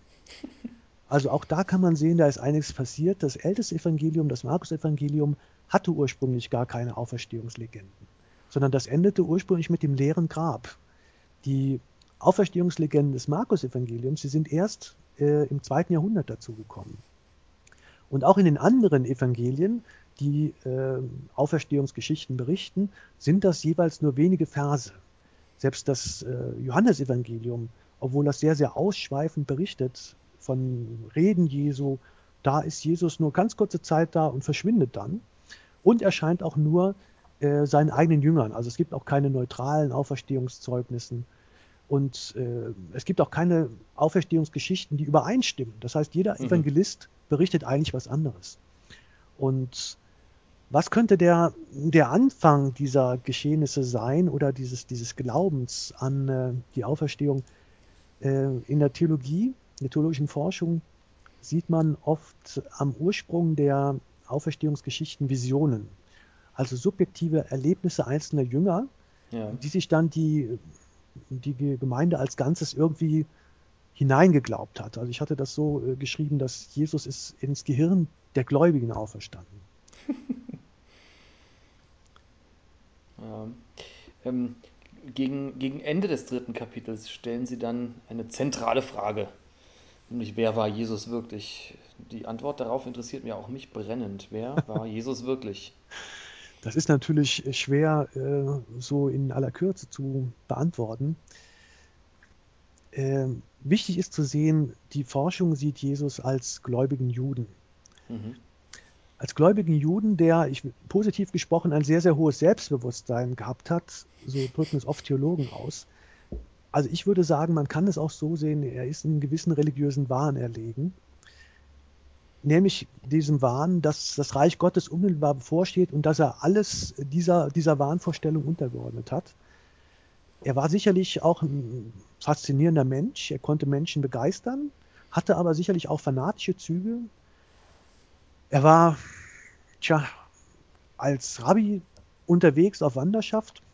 Also auch da kann man sehen, da ist einiges passiert. Das älteste Evangelium, das Markus-Evangelium, hatte ursprünglich gar keine Auferstehungslegenden, sondern das endete ursprünglich mit dem leeren Grab. Die Auferstehungslegenden des Markus-Evangeliums, die sind erst äh, im zweiten Jahrhundert dazugekommen. Und auch in den anderen Evangelien, die äh, Auferstehungsgeschichten berichten, sind das jeweils nur wenige Verse. Selbst das äh, Johannesevangelium, obwohl das sehr, sehr ausschweifend berichtet von Reden Jesu, da ist Jesus nur ganz kurze Zeit da und verschwindet dann und erscheint auch nur äh, seinen eigenen Jüngern. Also es gibt auch keine neutralen Auferstehungszeugnissen und äh, es gibt auch keine Auferstehungsgeschichten, die übereinstimmen. Das heißt, jeder Mhm. Evangelist berichtet eigentlich was anderes. Und was könnte der, der Anfang dieser Geschehnisse sein oder dieses, dieses Glaubens an äh, die Auferstehung? Äh, in der Theologie, in der theologischen Forschung sieht man oft am Ursprung der Auferstehungsgeschichten Visionen, also subjektive Erlebnisse einzelner Jünger, Ja. die sich dann die, die Gemeinde als Ganzes irgendwie hineingeglaubt hat. Also ich hatte das so äh, geschrieben, dass Jesus ist ins Gehirn der Gläubigen auferstanden. Ja. Ähm, gegen, gegen Ende des dritten Kapitels stellen Sie dann eine zentrale Frage, nämlich wer war Jesus wirklich? Die Antwort darauf interessiert mir auch mich brennend. Wer war Jesus wirklich? Das ist natürlich schwer äh, so in aller Kürze zu beantworten. Ähm, wichtig ist zu sehen, die Forschung sieht Jesus als gläubigen Juden. Mhm. Als gläubigen Juden, der, ich, positiv gesprochen, ein sehr, sehr hohes Selbstbewusstsein gehabt hat. So drücken es oft Theologen aus. Also ich würde sagen, man kann es auch so sehen, er ist einen gewissen religiösen Wahn erlegen. Nämlich diesem Wahn, dass das Reich Gottes unmittelbar bevorsteht und dass er alles dieser, dieser Wahnvorstellung untergeordnet hat. Er war sicherlich auch ein faszinierender Mensch, er konnte Menschen begeistern, hatte aber sicherlich auch fanatische Züge. Er war, tja, als Rabbi unterwegs auf Wanderschaft,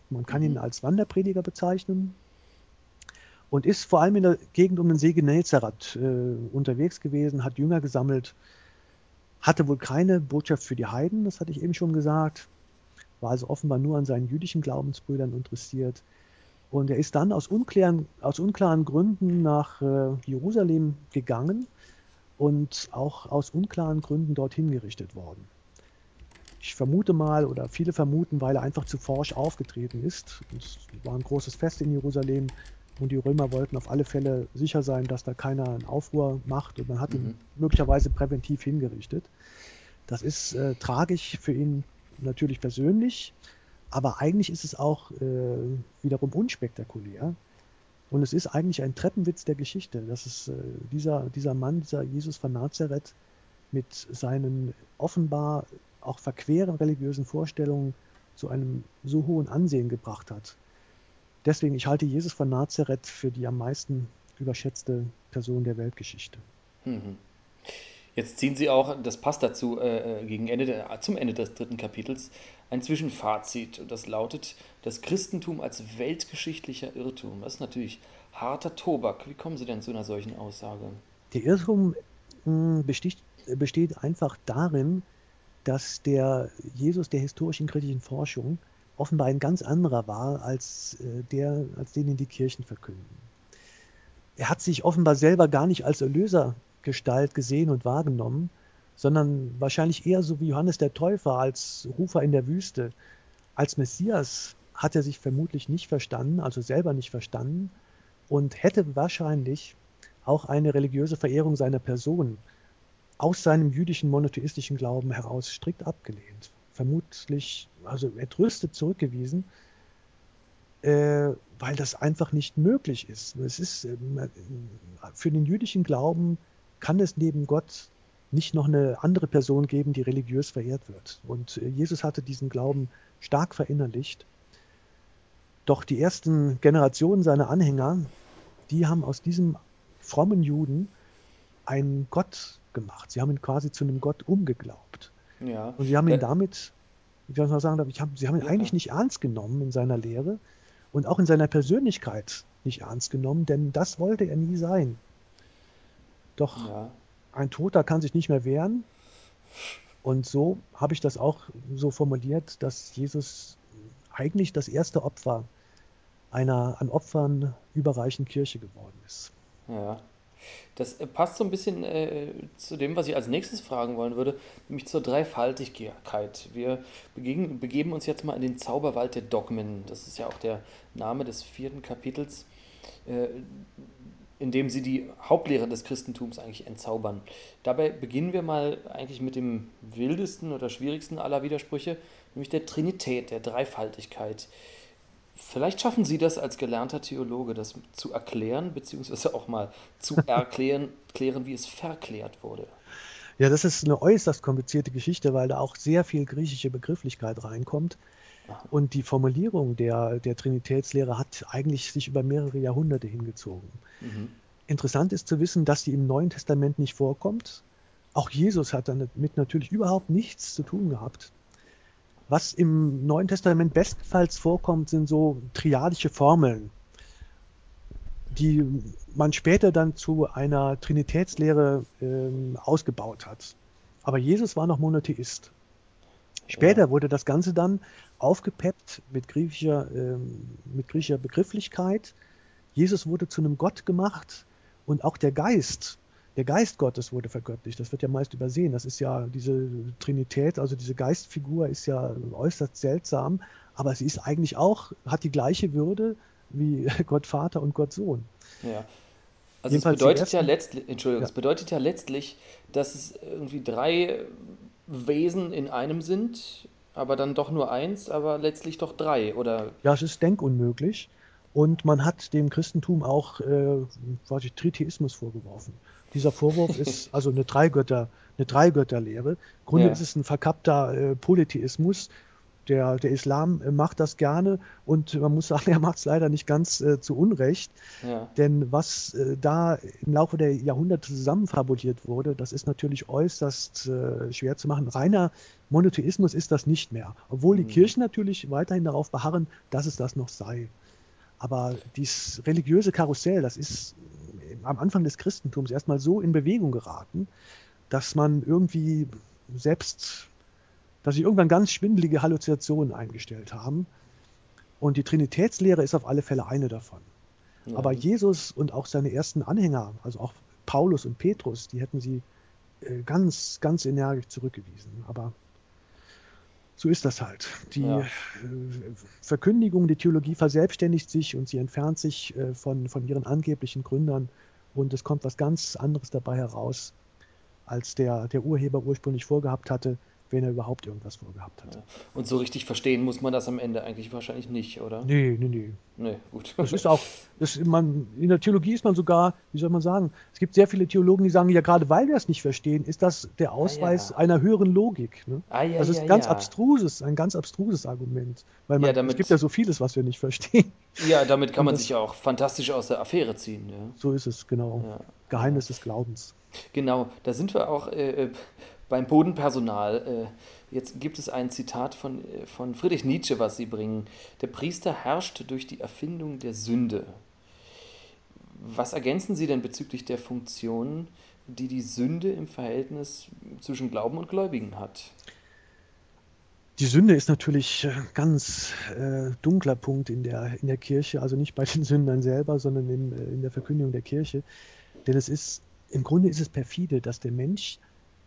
Man kann mhm. ihn als Wanderprediger bezeichnen und ist vor allem in der Gegend um den See Genezareth äh, unterwegs gewesen, hat Jünger gesammelt, hatte wohl keine Botschaft für die Heiden, das hatte ich eben schon gesagt, war also offenbar nur an seinen jüdischen Glaubensbrüdern interessiert. Und er ist dann aus unklaren, aus unklaren Gründen nach äh, Jerusalem gegangen und auch aus unklaren Gründen dorthin gerichtet worden. Ich vermute mal, oder viele vermuten, weil er einfach zu forsch aufgetreten ist. Es war ein großes Fest in Jerusalem und die Römer wollten auf alle Fälle sicher sein, dass da keiner einen Aufruhr macht und man hat mhm. ihn möglicherweise präventiv hingerichtet. Das ist äh, tragisch für ihn natürlich persönlich, aber eigentlich ist es auch äh, wiederum unspektakulär. Und es ist eigentlich ein Treppenwitz der Geschichte, dass es äh, dieser, dieser Mann, dieser Jesus von Nazareth mit seinen offenbar auch verqueren religiösen Vorstellungen zu einem so hohen Ansehen gebracht hat. Deswegen, ich halte Jesus von Nazareth für die am meisten überschätzte Person der Weltgeschichte. Mhm. Jetzt ziehen Sie auch, das passt dazu, äh, gegen Ende der, zum Ende des dritten Kapitels, ein Zwischenfazit. Und das lautet, das Christentum als weltgeschichtlicher Irrtum. Das ist natürlich harter Tobak. Wie kommen Sie denn zu einer solchen Aussage? Der Irrtum mh, besteht, besteht einfach darin, dass der Jesus der historischen kritischen Forschung offenbar ein ganz anderer war, als, äh, der, als den in die Kirchen verkünden. Er hat sich offenbar selber gar nicht als Erlösergestalt gesehen und wahrgenommen, sondern wahrscheinlich eher so wie Johannes der Täufer als Rufer in der Wüste. Als Messias hat er sich vermutlich nicht verstanden, also selber nicht verstanden und hätte wahrscheinlich auch eine religiöse Verehrung seiner Person aus seinem jüdischen monotheistischen Glauben heraus strikt abgelehnt. Vermutlich, also entrüstet zurückgewiesen, äh, weil das einfach nicht möglich ist. Es ist äh, für den jüdischen Glauben kann es neben Gott nicht noch eine andere Person geben, die religiös verehrt wird. Und äh, Jesus hatte diesen Glauben stark verinnerlicht. Doch die ersten Generationen seiner Anhänger, die haben aus diesem frommen Juden einen Gott gemacht. Sie haben ihn quasi zu einem Gott umgeglaubt. Ja. Und sie haben ihn Äh, damit, wie soll ich mal sagen, ich hab, sie haben ihn ja. eigentlich nicht ernst genommen in seiner Lehre und auch in seiner Persönlichkeit nicht ernst genommen, denn das wollte er nie sein. Doch ja. ein Toter kann sich nicht mehr wehren. Und so habe ich das auch so formuliert, dass Jesus eigentlich das erste Opfer einer an Opfern überreichen Kirche geworden ist. Ja. Das passt so ein bisschen äh, zu dem, was ich als nächstes fragen wollen würde, nämlich zur Dreifaltigkeit. Wir begegnen, begeben uns jetzt mal in den Zauberwald der Dogmen. Das ist ja auch der Name des vierten Kapitels, äh, in dem sie die Hauptlehre des Christentums eigentlich entzaubern. Dabei beginnen wir mal eigentlich mit dem wildesten oder schwierigsten aller Widersprüche, nämlich der Trinität, der Dreifaltigkeit. Vielleicht schaffen Sie das als gelernter Theologe, das zu erklären, beziehungsweise auch mal zu erklären, klären, wie es verklärt wurde. Ja, das ist eine äußerst komplizierte Geschichte, weil da auch sehr viel griechische Begrifflichkeit reinkommt. Aha. Und die Formulierung der, der Trinitätslehre hat eigentlich sich über mehrere Jahrhunderte hingezogen. Mhm. Interessant ist zu wissen, dass sie im Neuen Testament nicht vorkommt. Auch Jesus hat damit natürlich überhaupt nichts zu tun gehabt. Was im Neuen Testament bestenfalls vorkommt, sind so triadische Formeln, die man später dann zu einer Trinitätslehre ähm, ausgebaut hat. Aber Jesus war noch Monotheist. Später ja. wurde das Ganze dann aufgepeppt mit griechischer, ähm, mit griechischer Begrifflichkeit. Jesus wurde zu einem Gott gemacht und auch der Geist, der Geist Gottes wurde vergöttlicht. Das wird ja meist übersehen. Das ist ja diese Trinität, also diese Geistfigur ist ja äußerst seltsam, aber sie ist eigentlich auch, hat die gleiche Würde wie Gott Vater und Gott Sohn. Ja. Also es bedeutet ja letztlich, Entschuldigung, ja. es bedeutet ja letztlich, dass es irgendwie drei Wesen in einem sind, aber dann doch nur eins, aber letztlich doch drei, oder? Ja, es ist denkunmöglich. Und man hat dem Christentum auch äh, was ich, Tritheismus vorgeworfen. Dieser Vorwurf ist also eine Dreigötter, eine Dreigötterlehre. Im Grunde ja. ist es ein verkappter äh, Polytheismus. Der, der Islam äh, macht das gerne und man muss sagen, er macht es leider nicht ganz äh, zu Unrecht. Ja. Denn was äh, da im Laufe der Jahrhunderte zusammenfabuliert wurde, das ist natürlich äußerst äh, schwer zu machen. Reiner Monotheismus ist das nicht mehr. Obwohl die Mhm. Kirchen natürlich weiterhin darauf beharren, dass es das noch sei. Aber dieses religiöse Karussell, das ist äh, am Anfang des Christentums erstmal so in Bewegung geraten, dass man irgendwie selbst, dass sich irgendwann ganz schwindelige Halluzinationen eingestellt haben. Und die Trinitätslehre ist auf alle Fälle eine davon. Ja. Aber Jesus und auch seine ersten Anhänger, also auch Paulus und Petrus, die hätten sie äh, ganz, ganz energisch zurückgewiesen. Aber so ist das halt. Die Ja. äh, Verkündigung, die Theologie verselbstständigt sich und sie entfernt sich äh, von, von ihren angeblichen Gründern und es kommt was ganz anderes dabei heraus, als der, der Urheber ursprünglich vorgehabt hatte, wenn er überhaupt irgendwas vorgehabt hatte. Und so richtig verstehen muss man das am Ende eigentlich wahrscheinlich nicht, oder? Nee, nee, nee. Nee, gut. Das ist auch, das, man, in der Theologie ist man sogar, wie soll man sagen, es gibt sehr viele Theologen, die sagen, ja, gerade weil wir es nicht verstehen, ist das der Ausweis ja. einer höheren Logik. Ne? Ah, ja, das ist ja, ganz ja. abstruses, ein ganz abstruses Argument. Weil man, Ja, damit- es gibt ja so vieles, was wir nicht verstehen. Ja, damit kann Und man das- sich auch fantastisch aus der Affäre ziehen. Ja. So ist es, genau. Ja. Geheimnis des Glaubens. Genau, da sind wir auch äh, äh, beim Bodenpersonal. Äh, jetzt gibt es ein Zitat von, äh, von Friedrich Nietzsche, was Sie bringen. Der Priester herrscht durch die Erfindung der Sünde. Was ergänzen Sie denn bezüglich der Funktion, die die Sünde im Verhältnis zwischen Glauben und Gläubigen hat? Die Sünde ist natürlich ein ganz äh, dunkler Punkt in der, in der Kirche, also nicht bei den Sündern selber, sondern in, äh, in der Verkündigung der Kirche. Denn es ist, im Grunde ist es perfide, dass der Mensch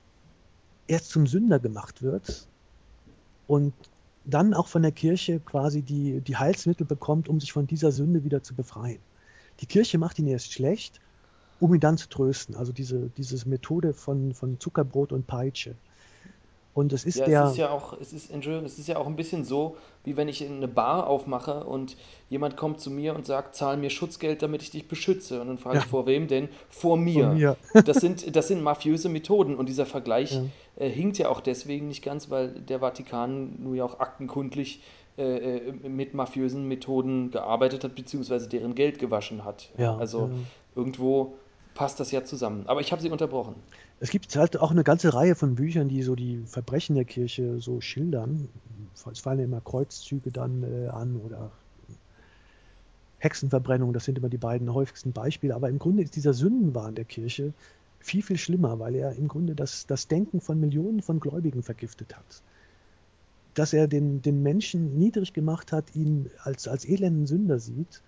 erst zum Sünder gemacht wird und dann auch von der Kirche quasi die, die Heilsmittel bekommt, um sich von dieser Sünde wieder zu befreien. Die Kirche macht ihn erst schlecht, um ihn dann zu trösten. Also diese, diese Methode von, von Zuckerbrot und Peitsche. Und es ist Ja, der... es ist ja auch, es ist, Entschuldigung, es ist ja auch ein bisschen so, wie wenn ich eine Bar aufmache und jemand kommt zu mir und sagt, zahl mir Schutzgeld, damit ich dich beschütze. Und dann frage Ja. ich, vor wem denn? Vor mir. Von mir. Das sind, das sind mafiöse Methoden und dieser Vergleich Ja. äh, hinkt ja auch deswegen nicht ganz, weil der Vatikan nur ja auch aktenkundlich äh, äh, mit mafiösen Methoden gearbeitet hat, beziehungsweise deren Geld gewaschen hat. Ja, also ja. irgendwo passt das ja zusammen. Aber ich habe Sie unterbrochen. Es gibt halt auch eine ganze Reihe von Büchern, die so die Verbrechen der Kirche so schildern. Es fallen ja immer Kreuzzüge dann äh, an oder Hexenverbrennung, das sind immer die beiden häufigsten Beispiele. Aber im Grunde ist dieser Sündenwahn der Kirche viel, viel schlimmer, weil er im Grunde das, das Denken von Millionen von Gläubigen vergiftet hat. Dass er den, den Menschen niedrig gemacht hat, ihn als, als elenden Sünder sieht,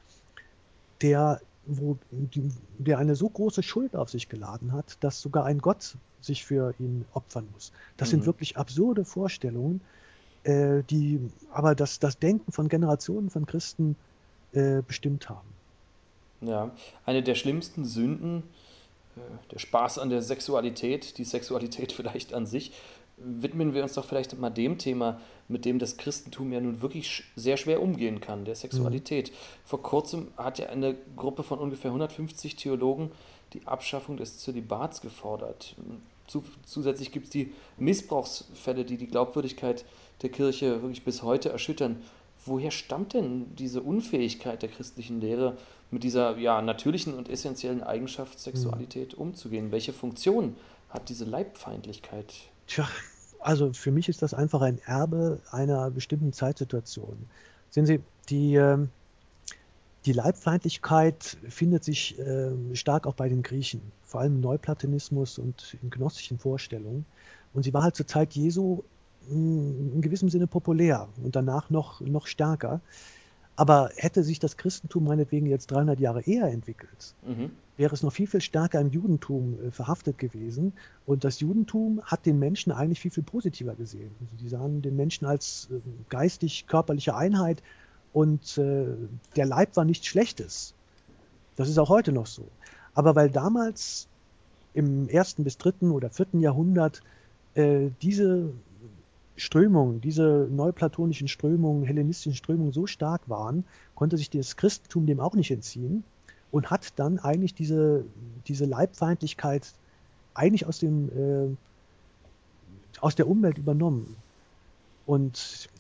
der, wo, die, der eine so große Schuld auf sich geladen hat, dass sogar ein Gott sich für ihn opfern muss. Das Mhm. sind wirklich absurde Vorstellungen, äh, die aber das, das Denken von Generationen von Christen äh, bestimmt haben. Ja, eine der schlimmsten Sünden, äh, der Spaß an der Sexualität, die Sexualität vielleicht an sich, widmen wir uns doch vielleicht mal dem Thema, mit dem das Christentum ja nun wirklich sch- sehr schwer umgehen kann, der Sexualität. Vor kurzem hat ja eine Gruppe von ungefähr hundertfünfzig Theologen die Abschaffung des Zölibats gefordert. Zu, zusätzlich gibt es die Missbrauchsfälle, die die Glaubwürdigkeit der Kirche wirklich bis heute erschüttern. Woher stammt denn diese Unfähigkeit der christlichen Lehre, mit dieser ja, natürlichen und essentiellen Eigenschaft Sexualität umzugehen? Welche Funktion hat diese Leibfeindlichkeit? Tja, also für mich ist das einfach ein Erbe einer bestimmten Zeitsituation. Sehen Sie, die, ähm, die Leibfeindlichkeit findet sich ähm, stark auch bei den Griechen, vor allem im Neuplatonismus und in gnostischen Vorstellungen. Und sie war halt zur Zeit Jesu mh, in gewissem Sinne populär und danach noch, noch stärker. Aber hätte sich das Christentum meinetwegen jetzt dreihundert Jahre eher entwickelt, Mhm. wäre es noch viel, viel stärker im Judentum äh, verhaftet gewesen. Und das Judentum hat den Menschen eigentlich viel, viel positiver gesehen. Also die sahen den Menschen als äh, geistig-körperliche Einheit und äh, der Leib war nichts Schlechtes. Das ist auch heute noch so. Aber weil damals im ersten bis dritten oder vierten Jahrhundert äh, diese Strömungen, diese neuplatonischen Strömungen, hellenistischen Strömungen so stark waren, konnte sich das Christentum dem auch nicht entziehen und hat dann eigentlich diese, diese Leibfeindlichkeit eigentlich aus, dem, äh, aus der Umwelt übernommen. Und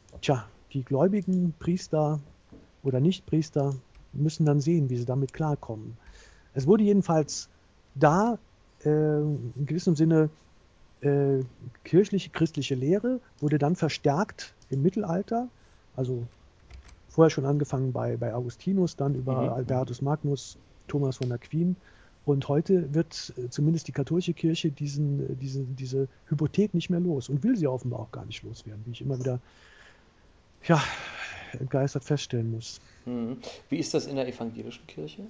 tja, die gläubigen Priester oder Nichtpriester müssen dann sehen, wie sie damit klarkommen. Es wurde jedenfalls da äh, in gewissem Sinne äh, kirchliche, christliche Lehre, wurde dann verstärkt im Mittelalter, also vorher schon angefangen bei, bei Augustinus, dann über Mhm. Albertus Magnus, Thomas von Aquin. Und heute wird äh, zumindest die katholische Kirche diesen, äh, diese, diese Hypothek nicht mehr los und will sie offenbar auch gar nicht loswerden, wie ich immer wieder ja, entgeistert feststellen muss. Mhm. Wie ist das in der evangelischen Kirche?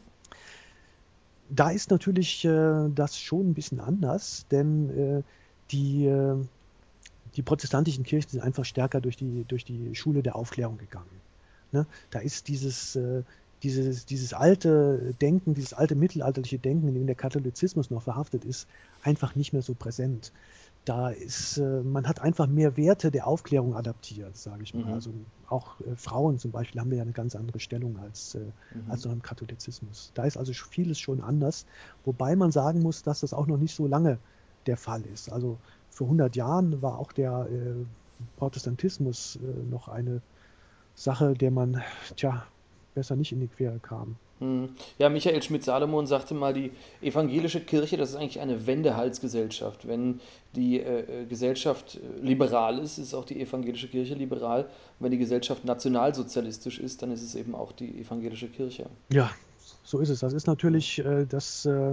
Da ist natürlich äh, das schon ein bisschen anders, denn äh, die, äh, die protestantischen Kirchen sind einfach stärker durch die, durch die Schule der Aufklärung gegangen. Ne? Da ist dieses, äh, dieses, dieses alte Denken, dieses alte mittelalterliche Denken, in dem der Katholizismus noch verhaftet ist, einfach nicht mehr so präsent. Da ist, äh, man hat einfach mehr Werte der Aufklärung adaptiert, sage ich mal. Mhm. Also auch äh, Frauen zum Beispiel haben ja eine ganz andere Stellung als, äh, Mhm. als noch im Katholizismus. Da ist also vieles schon anders, wobei man sagen muss, dass das auch noch nicht so lange der Fall ist. Also vor hundert Jahren war auch der äh, Protestantismus äh, noch eine Sache, der man, tja, besser nicht in die Quere kam. Mhm. Ja, Michael Schmidt-Salomon sagte mal, die evangelische Kirche, das ist eigentlich eine Wendehalsgesellschaft. Wenn die äh, äh, Gesellschaft äh, liberal ist, ist auch die evangelische Kirche liberal. Und wenn die Gesellschaft nationalsozialistisch ist, dann ist es eben auch die evangelische Kirche. Ja, so ist es. Das ist natürlich äh, das, äh,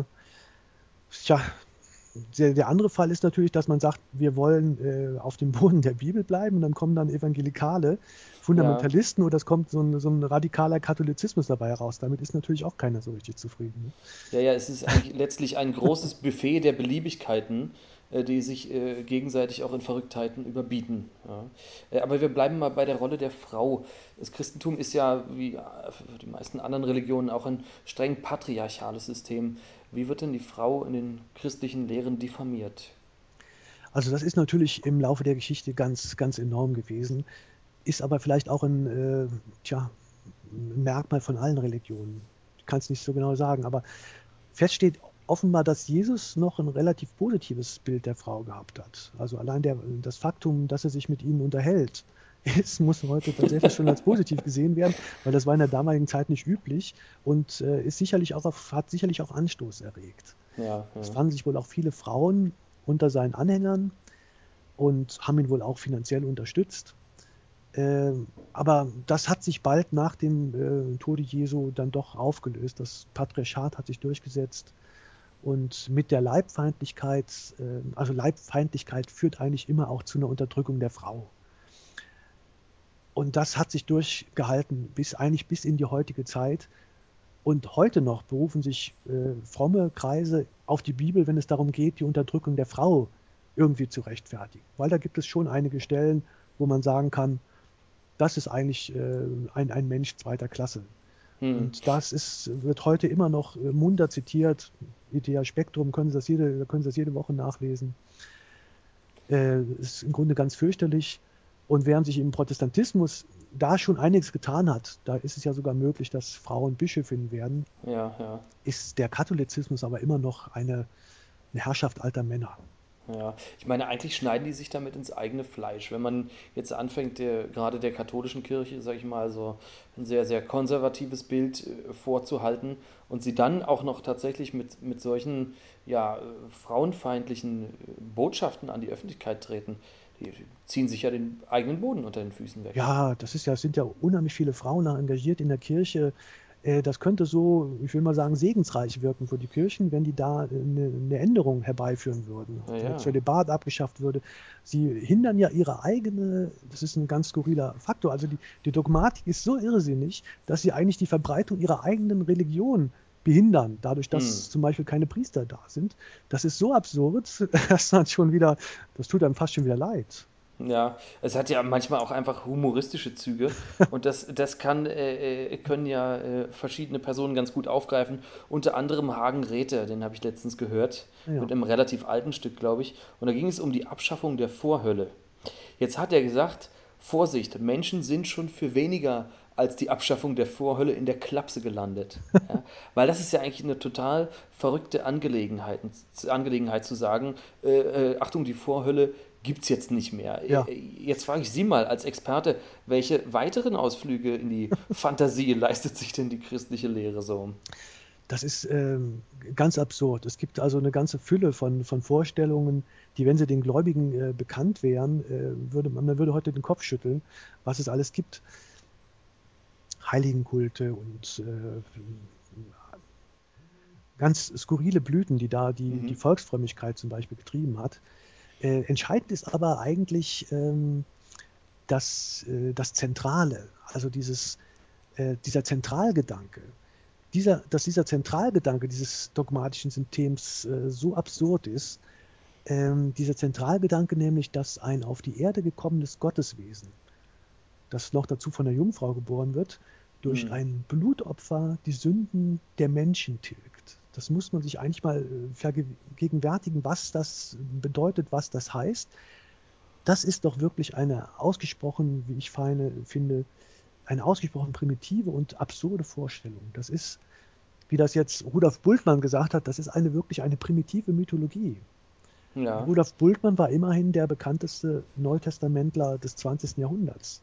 tja, der, der andere Fall ist natürlich, dass man sagt, wir wollen äh, auf dem Boden der Bibel bleiben und dann kommen dann evangelikale Ja, Fundamentalisten oder es kommt so ein, so ein radikaler Katholizismus dabei heraus. Damit ist natürlich auch keiner so richtig zufrieden. Ne? ja, ja, es ist eigentlich letztlich ein großes Buffet der Beliebigkeiten, äh, die sich äh, gegenseitig auch in Verrücktheiten überbieten. Ja. Äh, aber wir bleiben mal bei der Rolle der Frau. Das Christentum ist ja, wie äh, die meisten anderen Religionen, auch ein streng patriarchales System. Wie wird denn die Frau in den christlichen Lehren diffamiert? Also das ist natürlich im Laufe der Geschichte ganz, ganz enorm gewesen, ist aber vielleicht auch ein, äh, tja, ein Merkmal von allen Religionen. Ich kann es nicht so genau sagen, aber fest steht offenbar, dass Jesus noch ein relativ positives Bild der Frau gehabt hat. Also allein der, das Faktum, dass er sich mit ihnen unterhält, ist, muss heute tatsächlich schon als positiv gesehen werden, weil das war in der damaligen Zeit nicht üblich und äh, ist sicherlich auch auf, hat sicherlich auch Anstoß erregt. Ja, Es ja. fanden sich wohl auch viele Frauen unter seinen Anhängern und haben ihn wohl auch finanziell unterstützt. Ähm, aber das hat sich bald nach dem äh, Tode Jesu dann doch aufgelöst. Das Patriarchat hat sich durchgesetzt und mit der Leibfeindlichkeit, äh, also Leibfeindlichkeit führt eigentlich immer auch zu einer Unterdrückung der Frau. Und das hat sich durchgehalten bis eigentlich bis in die heutige Zeit. Und heute noch berufen sich äh, fromme Kreise auf die Bibel, wenn es darum geht, die Unterdrückung der Frau irgendwie zu rechtfertigen. Weil da gibt es schon einige Stellen, wo man sagen kann, das ist eigentlich äh, ein, ein Mensch zweiter Klasse. Hm. Und das ist, wird heute immer noch äh, munter zitiert. Idea Spektrum, können Sie das jede, können Sie das jede Woche nachlesen. Äh, ist im Grunde ganz fürchterlich. Und während sich im Protestantismus da schon einiges getan hat, da ist es ja sogar möglich, dass Frauen Bischöfinnen werden, Ja, ja. ist der Katholizismus aber immer noch eine, eine Herrschaft alter Männer. Ja, ich meine, eigentlich schneiden die sich damit ins eigene Fleisch. Wenn man jetzt anfängt, der, gerade der katholischen Kirche, sage ich mal, so ein sehr, sehr konservatives Bild äh, vorzuhalten und sie dann auch noch tatsächlich mit, mit solchen, ja, äh, frauenfeindlichen äh, Botschaften an die Öffentlichkeit treten, die ziehen sich ja den eigenen Boden unter den Füßen weg. Ja, das ist ja, es sind ja unheimlich viele Frauen da engagiert in der Kirche. Äh, Das könnte so, ich will mal sagen, segensreich wirken für die Kirchen, wenn die da eine, eine Änderung herbeiführen würden. Ja, Der ja. Zölibat abgeschafft würde. Sie hindern ja ihre eigene, das ist ein ganz skurriler Faktor. Also die, die Dogmatik ist so irrsinnig, dass sie eigentlich die Verbreitung ihrer eigenen Religion behindern, dadurch, Hm. dass zum Beispiel keine Priester da sind. Das ist so absurd, dass man schon wieder, das tut einem fast schon wieder leid. Ja, es hat ja manchmal auch einfach humoristische Züge und das, das kann, äh, äh, können ja äh, verschiedene Personen ganz gut aufgreifen. Unter anderem Hagen Räther, den habe ich letztens gehört, Ja. mit einem relativ alten Stück, glaube ich. Und da ging es um die Abschaffung der Vorhölle. Jetzt hat er gesagt, Vorsicht, Menschen sind schon für weniger als die Abschaffung der Vorhölle in der Klapse gelandet. Ja? Weil das ist ja eigentlich eine total verrückte Angelegenheit, Angelegenheit zu sagen, äh, äh, Achtung, die Vorhölle gibt es jetzt nicht mehr. Ja. Jetzt frage ich Sie mal als Experte, welche weiteren Ausflüge in die Fantasie leistet sich denn die christliche Lehre so? Das ist ähm, ganz absurd. Es gibt also eine ganze Fülle von, von Vorstellungen, die, wenn sie den Gläubigen äh, bekannt wären, äh, würde man, man würde heute den Kopf schütteln, was es alles gibt. Heiligenkulte und äh, ganz skurrile Blüten, die da die, Mhm. die Volksfrömmigkeit zum Beispiel getrieben hat. Äh, entscheidend ist aber eigentlich ähm, das, äh, das Zentrale, also dieses, äh, dieser Zentralgedanke. Dieser, dass dieser Zentralgedanke dieses dogmatischen Systems äh, so absurd ist, ähm, dieser Zentralgedanke nämlich, dass ein auf die Erde gekommenes Gotteswesen, das noch dazu von der Jungfrau geboren wird, durch Mhm. ein Blutopfer die Sünden der Menschen tilgt. Das muss man sich eigentlich mal äh, vergegenwärtigen, was das bedeutet, was das heißt. Das ist doch wirklich eine ausgesprochen, wie ich feine, finde, eine ausgesprochen primitive und absurde Vorstellung. Das ist, wie das jetzt Rudolf Bultmann gesagt hat, das ist eine wirklich eine primitive Mythologie. Ja. Rudolf Bultmann war immerhin der bekannteste Neutestamentler des zwanzigsten Jahrhunderts.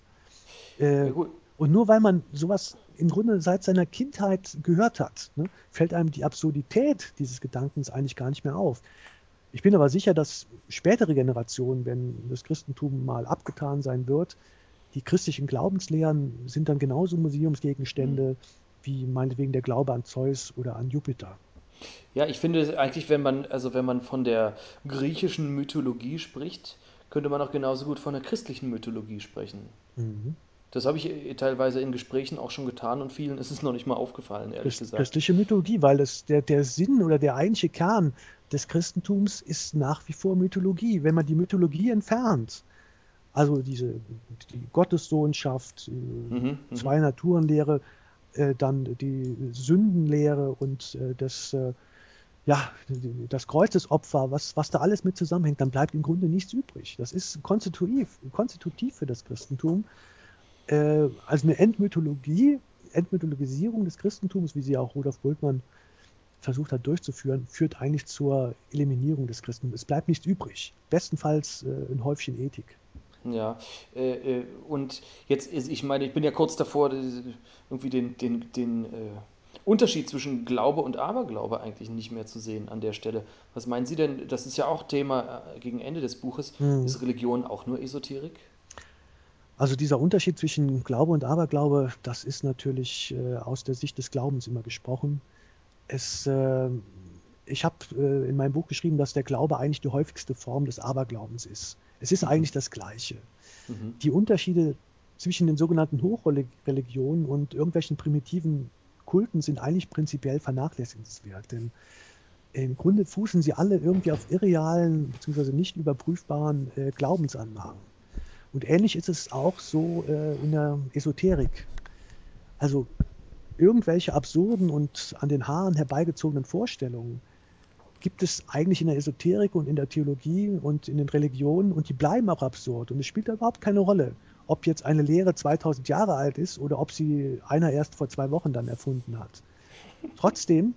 Äh, Ja, gut. und nur weil man sowas im Grunde seit seiner Kindheit gehört hat, ne, fällt einem die Absurdität dieses Gedankens eigentlich gar nicht mehr auf. Ich bin aber sicher, dass spätere Generationen, wenn das Christentum mal abgetan sein wird, die christlichen Glaubenslehren sind dann genauso Museumsgegenstände Mhm. wie meinetwegen der Glaube an Zeus oder an Jupiter. Ja, ich finde eigentlich, wenn man, also wenn man von der griechischen Mythologie spricht, könnte man auch genauso gut von der christlichen Mythologie sprechen. Mhm. Das habe ich äh, teilweise in Gesprächen auch schon getan und vielen ist es noch nicht mal aufgefallen, ehrlich Christ, gesagt. christliche Mythologie, weil das, der, der Sinn oder der eigentliche Kern des Christentums ist nach wie vor Mythologie. Wenn man die Mythologie entfernt, also diese die Gottessohnschaft, Mhm, äh, mhm. Zwei-Naturen-Lehre, äh, dann die Sündenlehre und äh, das, äh, ja, das Kreuzesopfer, was, was da alles mit zusammenhängt, dann bleibt im Grunde nichts übrig. Das ist konstitutiv, konstitutiv für das Christentum. Äh, also eine Entmythologie, Entmythologisierung des Christentums, wie sie auch Rudolf Bultmann versucht hat durchzuführen, führt eigentlich zur Eliminierung des Christentums. Es bleibt nichts übrig. Bestenfalls äh, ein Häufchen Ethik. Ja, äh, äh, und jetzt ist, ich meine, ich bin ja kurz davor, das- irgendwie den, den, den äh, Unterschied zwischen Glaube und Aberglaube eigentlich nicht mehr zu sehen an der Stelle. Was meinen Sie denn, das ist ja auch Thema äh, gegen Ende des Buches, Hm. ist Religion auch nur Esoterik? Also dieser Unterschied zwischen Glaube und Aberglaube, das ist natürlich äh, aus der Sicht des Glaubens immer gesprochen. Es, äh, ich habe äh, in meinem Buch geschrieben, dass der Glaube eigentlich die häufigste Form des Aberglaubens ist. Es ist Mhm. eigentlich das Gleiche. Mhm. Die Unterschiede zwischen den sogenannten Hochreligionen und irgendwelchen primitiven Kulten sind eigentlich prinzipiell vernachlässigenswert, denn im Grunde fußen sie alle irgendwie auf irrealen bzw. nicht überprüfbaren äh, Glaubensannahmen. Und ähnlich ist es auch so äh, in der Esoterik. Also irgendwelche absurden und an den Haaren herbeigezogenen Vorstellungen gibt es eigentlich in der Esoterik und in der Theologie und in den Religionen und die bleiben auch absurd und es spielt da überhaupt keine Rolle, ob jetzt eine Lehre zweitausend Jahre alt ist oder ob sie einer erst vor zwei Wochen dann erfunden hat. Trotzdem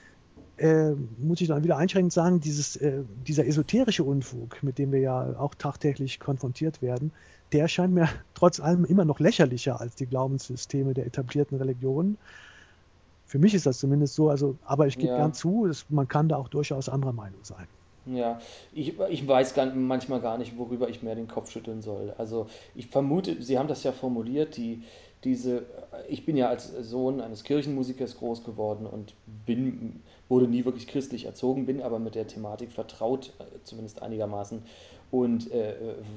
äh, muss ich dann wieder einschränkend sagen, dieses, äh, dieser esoterische Unfug, mit dem wir ja auch tagtäglich konfrontiert werden, der scheint mir trotz allem immer noch lächerlicher als die Glaubenssysteme der etablierten Religionen. Für mich ist das zumindest so, also, aber ich gebe gern Ja, zu, dass man kann da auch durchaus anderer Meinung sein. ja. Ich, ich weiß gar, manchmal gar nicht, worüber ich mehr den Kopf schütteln soll. Also ich vermute, Sie haben das ja formuliert, die, diese, ich bin ja als Sohn eines Kirchenmusikers groß geworden und bin, wurde nie wirklich christlich erzogen, bin aber mit der Thematik vertraut, äh, zumindest einigermaßen. Und äh,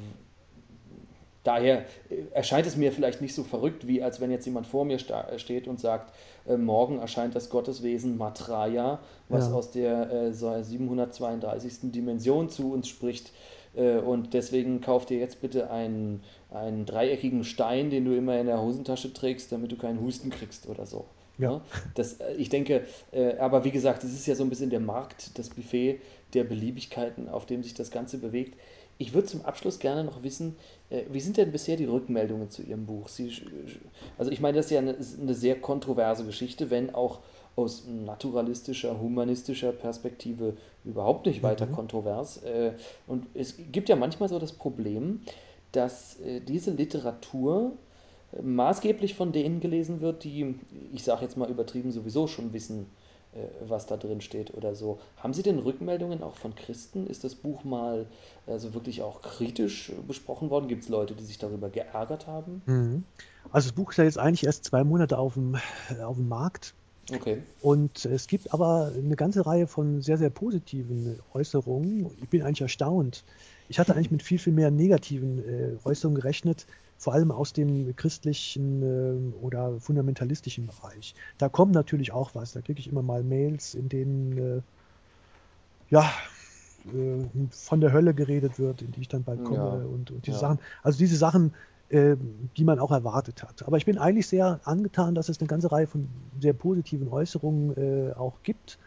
daher äh, erscheint es mir vielleicht nicht so verrückt, wie als wenn jetzt jemand vor mir sta- steht und sagt, äh, morgen erscheint das Gotteswesen Matraya, was Ja, aus der äh, so siebenhundertzweiunddreißigsten Dimension zu uns spricht. Äh, und deswegen kauf dir jetzt bitte einen, einen dreieckigen Stein, den du immer in der Hosentasche trägst, damit du keinen Husten kriegst oder so. ja. Ne? Das, äh, ich denke, äh, aber wie gesagt, das ist ja so ein bisschen der Markt, das Buffet der Beliebigkeiten, auf dem sich das Ganze bewegt. Ich würde zum Abschluss gerne noch wissen, äh, wie sind denn bisher die Rückmeldungen zu Ihrem Buch? Sie, also ich meine, das ist ja eine, eine sehr kontroverse Geschichte, wenn auch aus naturalistischer, humanistischer Perspektive überhaupt nicht weiter Mhm. kontrovers. Äh, Und es gibt ja manchmal so das Problem, dass äh, diese Literatur äh, maßgeblich von denen gelesen wird, die, ich sage jetzt mal übertrieben, sowieso schon wissen, äh, was da drin steht oder so. Haben Sie denn Rückmeldungen auch von Christen? Ist das Buch mal also wirklich auch kritisch äh, besprochen worden? Gibt es Leute, die sich darüber geärgert haben? Mhm. Also das Buch ist ja jetzt eigentlich erst zwei Monate auf dem, äh, auf dem Markt. Okay. Und es gibt aber eine ganze Reihe von sehr, sehr positiven Äußerungen. Ich bin eigentlich erstaunt. Ich hatte eigentlich mit viel, viel mehr negativen äh, Äußerungen gerechnet, vor allem aus dem christlichen äh, oder fundamentalistischen Bereich. Da kommt natürlich auch was. Da kriege ich immer mal Mails, in denen äh, ja, äh, von der Hölle geredet wird, in die ich dann bald Ja, komme und, und diese ja. Sachen. Also diese Sachen, äh, die man auch erwartet hat. Aber ich bin eigentlich sehr angetan, dass es eine ganze Reihe von sehr positiven Äußerungen äh, auch gibt.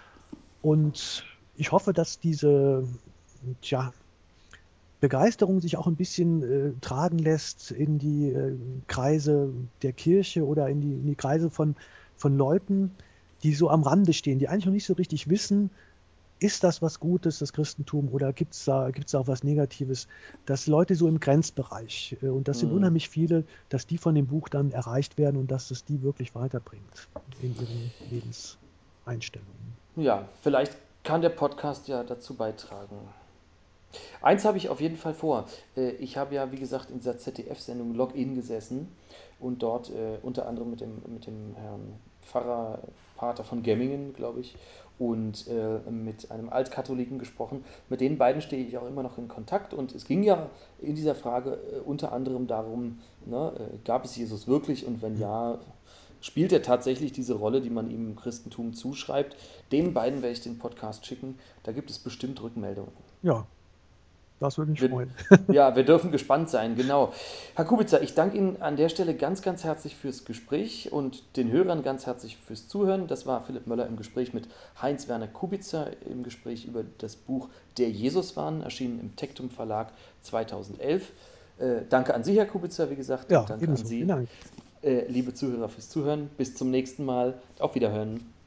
Und ich hoffe, dass diese tja, Begeisterung sich auch ein bisschen äh, tragen lässt in die äh, Kreise der Kirche oder in die, in die Kreise von, von Leuten, die so am Rande stehen, die eigentlich noch nicht so richtig wissen, ist das was Gutes, das Christentum, oder gibt es da, gibt's da auch was Negatives, dass Leute so im Grenzbereich, äh, und das sind Hm. unheimlich viele, dass die von dem Buch dann erreicht werden und dass es die wirklich weiterbringt in ihren Lebenseinstellungen. Ja, vielleicht kann der Podcast ja dazu beitragen. Eins habe ich auf jeden Fall vor. Äh, Ich habe ja, wie gesagt, in dieser Z D F-Sendung Login gesessen und dort äh, unter anderem mit dem, mit dem Herrn Pfarrer, Pater von Gemmingen, glaube ich, und äh, mit einem Altkatholiken gesprochen. Mit den beiden stehe ich auch immer noch in Kontakt und es ging ja in dieser Frage äh, unter anderem darum, ne, äh, gab es Jesus wirklich und wenn ja, spielt er tatsächlich diese Rolle, die man ihm im Christentum zuschreibt? Den beiden werde ich den Podcast schicken, da gibt es bestimmt Rückmeldungen. Ja, das würde mich Wir, freuen. ja, wir dürfen gespannt sein, genau. Herr Kubica, ich danke Ihnen an der Stelle ganz, ganz herzlich fürs Gespräch und den Hörern ganz herzlich fürs Zuhören. Das war Philipp Möller im Gespräch mit Heinz-Werner Kubica im Gespräch über das Buch Der Jesuswahn, erschienen im Tectum Verlag zweitausendelf. Äh, danke an Sie, Herr Kubica, wie gesagt, und Ja, danke an ebenso. Vielen Sie, Dank. äh, liebe Zuhörer, fürs Zuhören. Bis zum nächsten Mal. Auf Wiederhören.